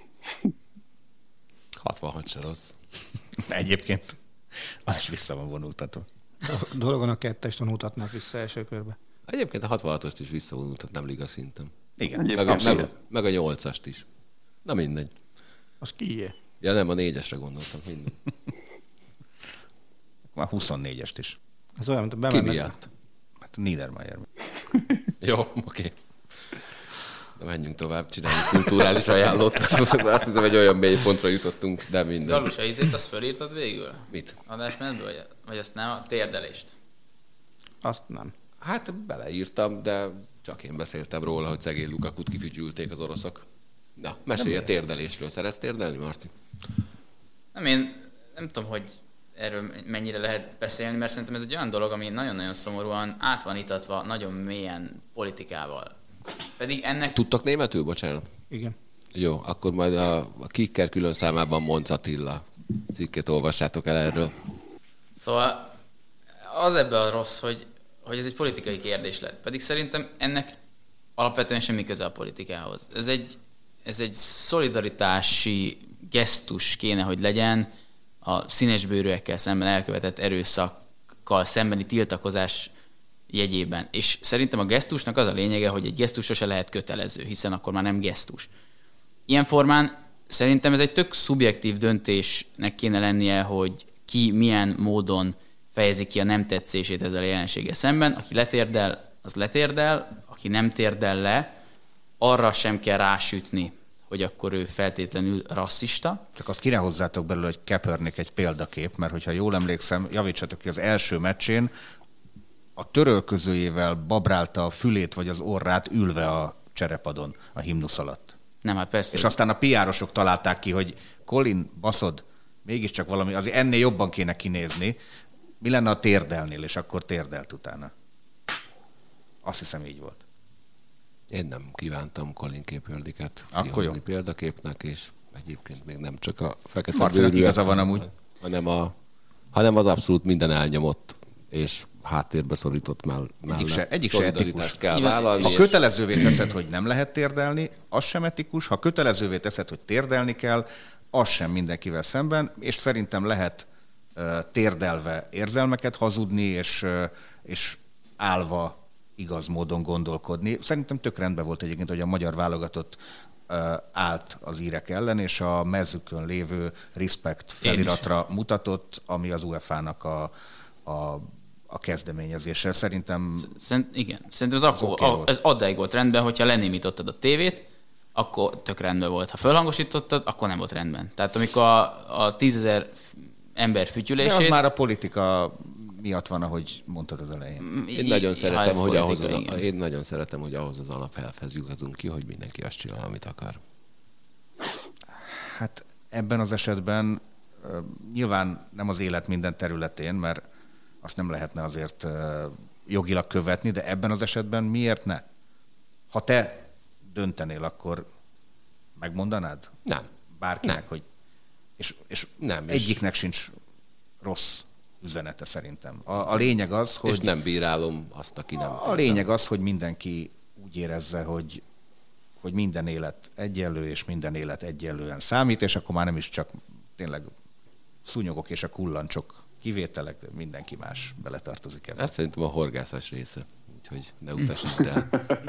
hatvanhat se rossz. Egyébként az is vissza van vonultatva. Dorogon a kettest vonultatnák vissza első körbe. Egyébként a hatvanhatost is visszavonultatnám liga szinten. Igen. Meg a, meg, meg a nyolcast is. Na mindegy. Az kié? Ja nem, a négyesre gondoltam. Mindegy. Már huszonnégyest is. Ez olyan, mint a Ki bemennek. miatt? Hát Niedermayer. Jó, oké. Okay. Menjünk tovább, csináljunk kulturális ajánlót. Azt hiszem, egy olyan mély pontra jutottunk, de minden. Galusa, ízét azt fölírtad végül? Mit? Adásmenetből, vagy, vagy azt nem? A térdelést? Azt nem. Hát beleírtam, de csak én beszéltem róla, hogy szegény Lukakut kifütyülték az oroszok. Na, mesélj a térdelésről. Szeretsz térdelni, Marci? Nem, én nem tudom, hogy erről mennyire lehet beszélni, mert szerintem ez egy olyan dolog, ami nagyon-nagyon szomorúan át van itatva nagyon mélyen politikával. Pedig ennek... Tudtok németül, bocsánat? Igen. Jó, akkor majd a, a Kicker külön számában Monc Attila cikket olvassátok el erről. Szóval az ebben a rossz, hogy, hogy ez egy politikai kérdés lett. Pedig szerintem ennek alapvetően semmi köze a politikához. Ez egy, ez egy szolidaritási gesztus kéne, hogy legyen a színesbőrűekkel szemben elkövetett erőszakkal szembeni tiltakozás jegyében. És szerintem a gesztusnak az a lényege, hogy egy gesztus sose lehet kötelező, hiszen akkor már nem gesztus. Ilyen formán szerintem ez egy tök szubjektív döntésnek kéne lennie, hogy ki milyen módon fejezi ki a nem tetszését ezzel a jelenséggel szemben. Aki letérdel, az letérdel, aki nem térdel le, arra sem kell rásütni, hogy akkor ő feltétlenül rasszista. Csak azt kéne hozzátok belőle, hogy Kaepernick egy példakép, mert hogyha jól emlékszem, javítsatok ki, az első meccsén a törölközőjével babrálta a fülét vagy az orrát ülve a cserepadon a himnusz alatt. Nem, hát persze. És aztán a pé er-osok találták ki, hogy Colin, baszod, mégiscsak valami, azért ennél jobban kéne kinézni. Mi lenne a térdelnél, és akkor térdelt utána. Azt hiszem így volt. Én nem kívántam Colin Kaepernicket kihozni példaképnek, és egyébként még nem csak a fekete Marcinak bőrűek, igaza van amúgy. hanem, a, hanem az abszolút minden elnyomott és háttérbe szorított mell- mellett. Egyik se, egyik se etikus. Kell vállalni, ha és... kötelezővé teszed, hogy nem lehet térdelni, az sem etikus. Ha kötelezővé teszed, hogy térdelni kell, az sem mindenkivel szemben, és szerintem lehet uh, térdelve érzelmeket hazudni, és, uh, és állva igaz módon gondolkodni. Szerintem tök rendben volt egyébként, hogy a magyar válogatott uh, állt az írek ellen, és a mezükön lévő respect feliratra mutatott, ami az u ef á-nak a, a a kezdeményezésre. Szerintem... Szerint, igen. Szerintem ez, akkor, okay a, ez addig volt rendben, hogyha lenémítottad a tévét, akkor tök rendben volt. Ha fölhangosítottad, akkor nem volt rendben. Tehát amikor a, a tízezer ember fütyülését... De az már a politika miatt van, ahogy mondtad az elején. Én nagyon szeretem, hogy ahhoz az, igen. én nagyon szeretem, hogy ahhoz az alapelvhez juthatunk ki, hogy mindenki azt csinál, amit akar. Hát ebben az esetben uh, nyilván nem az élet minden területén, mert azt nem lehetne azért uh, jogilag követni, de ebben az esetben miért ne? Ha te döntenél, akkor megmondanád? Nem. Bárkinek, nem. hogy... És, és nem, egyiknek és... sincs rossz üzenete szerintem. A, a lényeg az, hogy... És nem bírálom azt, aki nem. A lényeg az, hogy mindenki úgy érezze, hogy, hogy minden élet egyenlő, és minden élet egyenlően számít, és akkor már nem is csak tényleg szúnyogok és a kullancsok kivételek, de mindenki más beletartozik ebben. Ez szerintem a horgászás része, úgyhogy ne utasítsd el.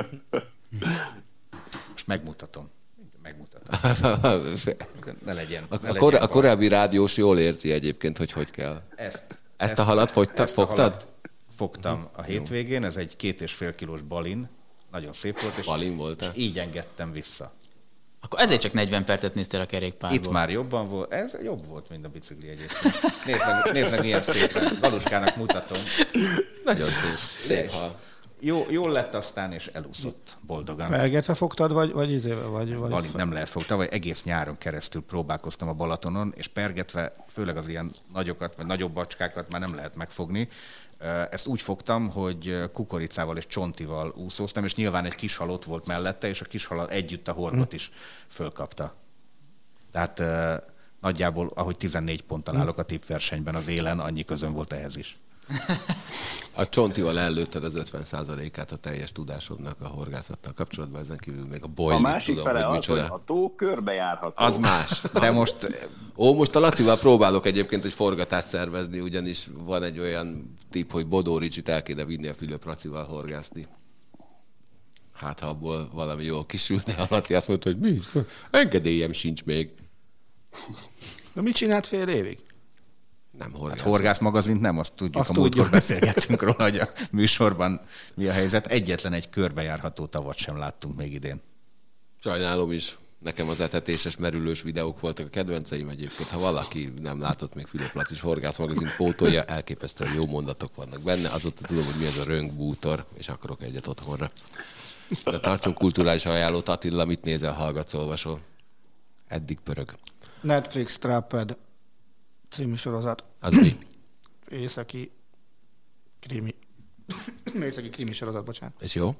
Most megmutatom. Megmutatom. Ne legyen. A, ne a, legyen kor, a korábbi rádiós jól érzi egyébként, hogy hogy kell. Ezt, ezt, ezt a halat fogta, ezt fogtad? A halat fogtam a hétvégén, ez egy két és fél kilós balin, nagyon szép volt, és, Balin volt, és így engedtem vissza. Akkor ezért csak negyven percet néztél a kerékpárból. Itt már jobban volt, ez jobb volt, mint a bicikli egyébként. Nézd meg, nézd meg milyen szépen, Galuskának mutatom. Nagyon szép, szép hal. Jó, jól lett aztán, és elúszott boldogan. Pergetve fogtad, vagy, vagy izével? Vagy, vagy Balint nem lehet fogta, vagy egész nyáron keresztül próbálkoztam a Balatonon, és pergetve, főleg az ilyen nagyokat, vagy nagyobb bacskákat már nem lehet megfogni. Ezt úgy fogtam, hogy kukoricával és csontival úszóztam, és nyilván egy kis hal ott volt mellette, és a kis halal együtt a horgot is fölkapta. Tehát nagyjából, ahogy tizennégy ponttal állok a tippversenyben az élen, annyi közön volt ehhez is. A csontival ellőtted az ötven százalékát a teljes tudásodnak a horgászattal kapcsolatban, ezen kívül még a boiling. A másik tudom, fele hogy az, hogy micsoda. a tó körbejárható. Az más. De most... Ó, most a Lacival próbálok egyébként egy forgatást szervezni, ugyanis van egy olyan tipp, hogy Bodó Ricsit el kéne vinni a Fülöp Lacival horgászni. Hát, ha abból valami jól kisülne, a Laci azt mondta, hogy mi? Engedélyem sincs még. De mit csinált fél évig? Nem horgász. Hát horgász magazint nem, azt tudjuk, Azt a múltkor tudjuk. beszélgettünk róla, hogy a műsorban mi a helyzet. Egyetlen egy körbejárható tavat sem láttunk még idén. Sajnálom is. Nekem az etetéses, merülős videók voltak a kedvenceim egyébként. Ha valaki nem látott még Fülöp Lacis horgász magazint, pótolja, elképesztően jó mondatok vannak benne. Azóta tudom, hogy mi ez a röngbútor, és akarok egyet otthonra. De tartsunk kulturális ajánlót. Attila, mit nézel, hallgatsz, olvasol? Eddig pörög. Netflix Trapped című sorozat. Az mi? Északi krimi. Északi krimi sorozat, bocsánat. És jó?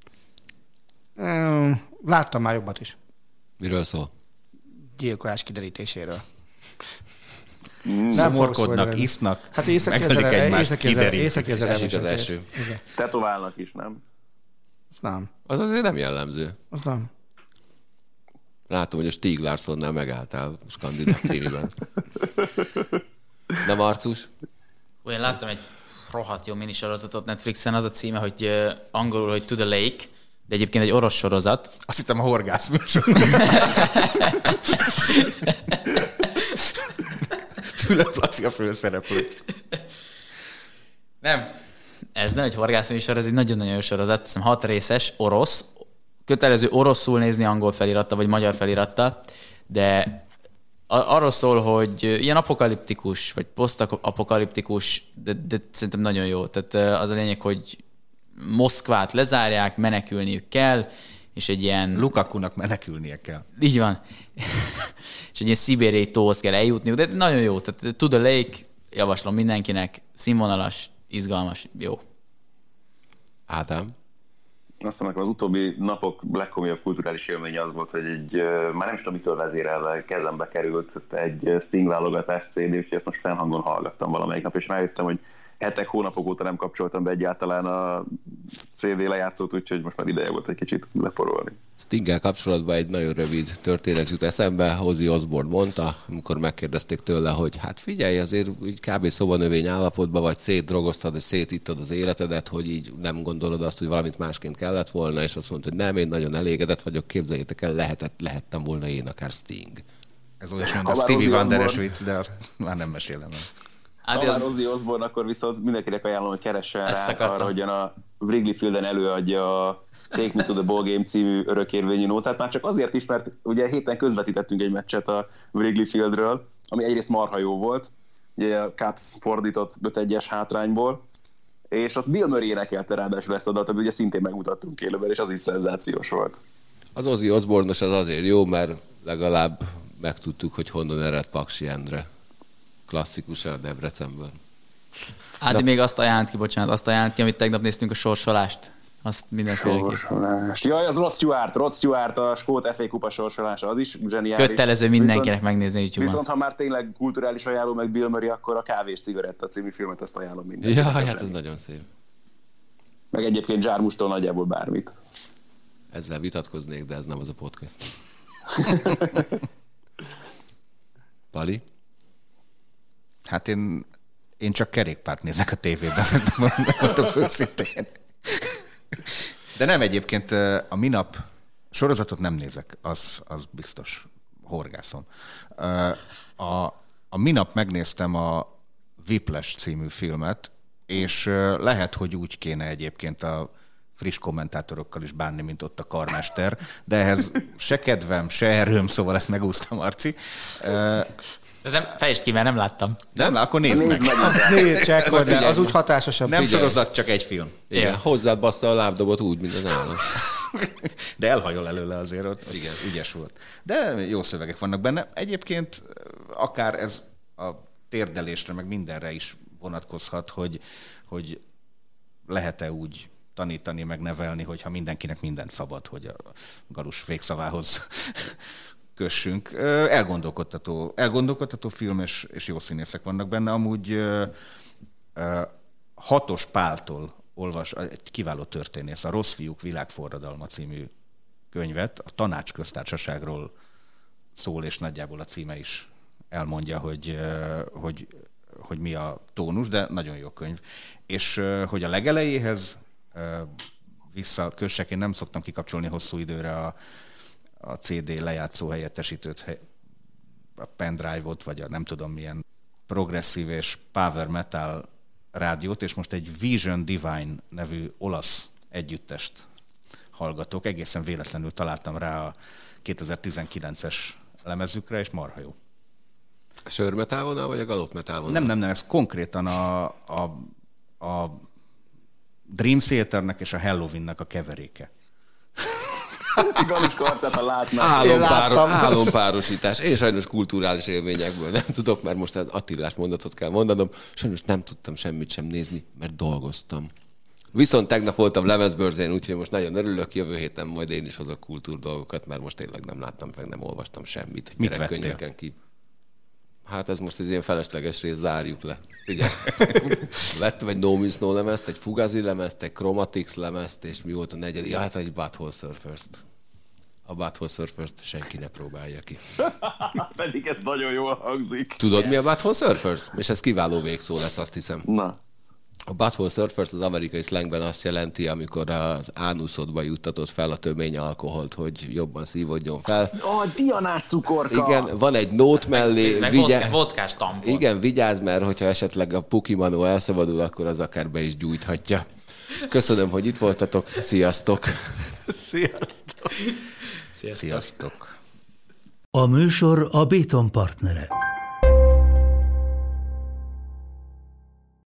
Ehm, Láttam már jobbat is. Miről szól? Gyilkolás kiderítéséről. Szomorkodnak, isznak, Hát északi megölik ezer, egymást, északi ezer, kiderítik. északi ezer Esik az eső. Igen. Tetoválnak is, nem? Az nem. Az azért nem jellemző. Az nem. Látom, hogy a Stieg Larssonnál megálltál skandináv krimiben. Nem, Marcus? Ó, én láttam egy rohadt jó minisorozatot Netflixen, az a címe, hogy uh, angolul, hogy To the Lake, de egyébként egy orosz sorozat. Azt hittem a horgász műsor. Fülöp Laci a főszereplő. Nem, ez nem egy horgászműsor, ez egy nagyon-nagyon jó sorozat, hiszem hat részes, orosz, kötelező oroszul nézni angol felirattal, vagy magyar felirattal, de arról szól, hogy ilyen apokaliptikus, vagy posztapokaliptikus, de, de szerintem nagyon jó. Tehát az a lényeg, hogy Moszkvát lezárják, menekülniük kell, és egy ilyen... Lukakunak menekülnie kell. Így van. És egy ilyen szibériai tóhoz kell eljutniuk, de nagyon jó. Tehát To the Lake, javaslom mindenkinek, színvonalas, izgalmas, jó. Ádám? Aztán az utóbbi napok legkomolyabb kulturális élménye az volt, hogy egy, már nem is tudom, mitől vezérelve kezembe került egy Sting válogatás cé dé, úgyhogy ezt most fennhangon hallgattam valamelyik nap, és rájöttem, hogy hetek, hónapok óta nem kapcsoltam be egyáltalán a cé dé lejátszót, úgyhogy most már ideje volt egy kicsit leporolni. Stinggel kapcsolatban egy nagyon rövid történet jut eszembe. Ozzy Osbourne mondta, amikor megkérdezték tőle, hogy hát figyelj, azért úgy kb. Szobanövény állapotban vagy, szétdrogoztad, és szétittad az életedet, hogy így nem gondolod azt, hogy valamit másként kellett volna, és azt mondta, hogy nem, én nagyon elégedett vagyok, képzeljétek el, lehetett, lehettem volna én akár Sting. Ez olyas, mint a Stevie Wonderes vicc, de azt már nem mesélem el. Ha Hát már ez... Ozzy Osbourne, akkor viszont mindenkinek ajánlom, hogy keressen Ezt rá akartam. arra, hogy a Wrigley Fielden előadja a Take Me to the Ball Game című örökérvényű nótát. Már csak azért is, mert ugye héten közvetítettünk egy meccset a Wrigley Fieldről, ami egyrészt marha jó volt, ugye a Cubs fordított öt egyes hátrányból, és ott Bill Murray énekelte ráadásul ezt a dalt, ugye szintén megmutattunk élőben, és az is szenzációs volt. Az Ozzy Osbourne-os az azért jó, mert legalább megtudtuk, hogy honnan ered Paksi Endre. Klasszikus a Debrecenből. Ádi még azt ajánlott ki, bocsánat, azt ajánlott ki, amit tegnap néztünk, a sorsolást. Azt mindenféleképp. Sorsolás. Jaj, az Rod Stewart, Rod Stewart, a Skót ef á kupa sorsolása, az is zseniális. Kötelező mindenkinek viszont, megnézni YouTube-on. Viszont ha már tényleg kulturális ajánló meg Bill Murray, akkor a Kávés cigaretta című filmet azt ajánlom mindenkinek. Ja, hát ez nagyon szép. Meg egyébként Zsármustól nagyjából bármit. Ezzel vitatkoznék, de ez nem az a podcast. Pali? Hát én, Én csak kerékpárt nézek a tévében, mondom őszintén. De nem egyébként a minap sorozatot nem nézek, az, az biztos horgászom. A, a minap megnéztem a Whiplash című filmet, és lehet, hogy úgy kéne egyébként a friss kommentátorokkal is bánni, mint ott a karmester, de ehhez se kedvem, se erőm, szóval ezt megúsztam, Marci. Ez nem, fejtsd ki, mert nem láttam. Nem, akkor nézd meg. Nézd, csekkold le, az úgy hatásosabb. Nem sorozat, csak egy film. Igen, yeah. Hozzád bassza a lábdobot úgy, mint az állam. De elhajol előle azért, ott igen, ügyes volt. De jó szövegek vannak benne. Egyébként akár ez a térdelésre, meg mindenre is vonatkozhat, hogy, hogy lehet-e úgy tanítani, meg nevelni, hogyha mindenkinek mindent szabad, hogy a Galus végszavához kössünk. Elgondolkodtató, elgondolkodtató film, és, és jó színészek vannak benne. Amúgy Hatos Páltól olvas, egy kiváló történész, a Rossz fiúk világforradalma című könyvet, a Tanácsköztársaságról szól, és nagyjából a címe is elmondja, hogy, hogy, hogy mi a tónus, de nagyon jó könyv. És hogy a legelejéhez visszakössek, én nem szoktam kikapcsolni hosszú időre a, a cé dé lejátszó helyettesítőt, a pendrive-ot, vagy a nem tudom milyen progresszív és power metal rádiót, és most egy Vision Divine nevű olasz együttest hallgatok. Egészen véletlenül találtam rá a kétezer-tizenkilences lemezükre, és marha jó. A sörmetálvonal, vagy a galopmetálvonal? Nem, nem, nem, ez konkrétan a, a, a Dream Theaternek és a Halloweennek a keveréke. Galus karcát, ha látnak. Álompáros, álompárosítás. Én sajnos kulturális élményekből nem tudok, mert most az Attilás mondatot kell mondanom. Sajnos nem tudtam semmit sem nézni, mert dolgoztam. Viszont tegnap voltam lemezbörzén, úgyhogy most nagyon örülök, jövő héten majd én is hozok kultúr dolgokat, mert most tényleg nem láttam, meg nem olvastam semmit. Mit vettél? Ki. Hát ez most egy ilyen felesleges rész, zárjuk le. Figyelj. Vettem egy No Means No lemezt, egy Fugazi lemezt, egy Chromatics lemezt, és mi volt a negyedik? Ja, hát egy Butthole Surfers-t. A Butthole Surfers-t senki ne próbálja ki. Pedig ez nagyon jól hangzik. Tudod, mi a Butthole Surfers? És ez kiváló végszó lesz, azt hiszem. Na. A Butthole Surfers az amerikai slangben azt jelenti, amikor az ánuszodba juttatod fel a tömény alkoholt, hogy jobban szívódjon fel. A dianás cukorka! Igen, van egy nót mellé. Meg vigye... vodkás tampon. Igen, vigyázz, mert hogyha esetleg a Pukimanó elszabadul, akkor az akár be is gyújthatja. Köszönöm, hogy itt voltatok. Sziasztok! Sziasztok! Sziasztok! A műsor a Béton partnere.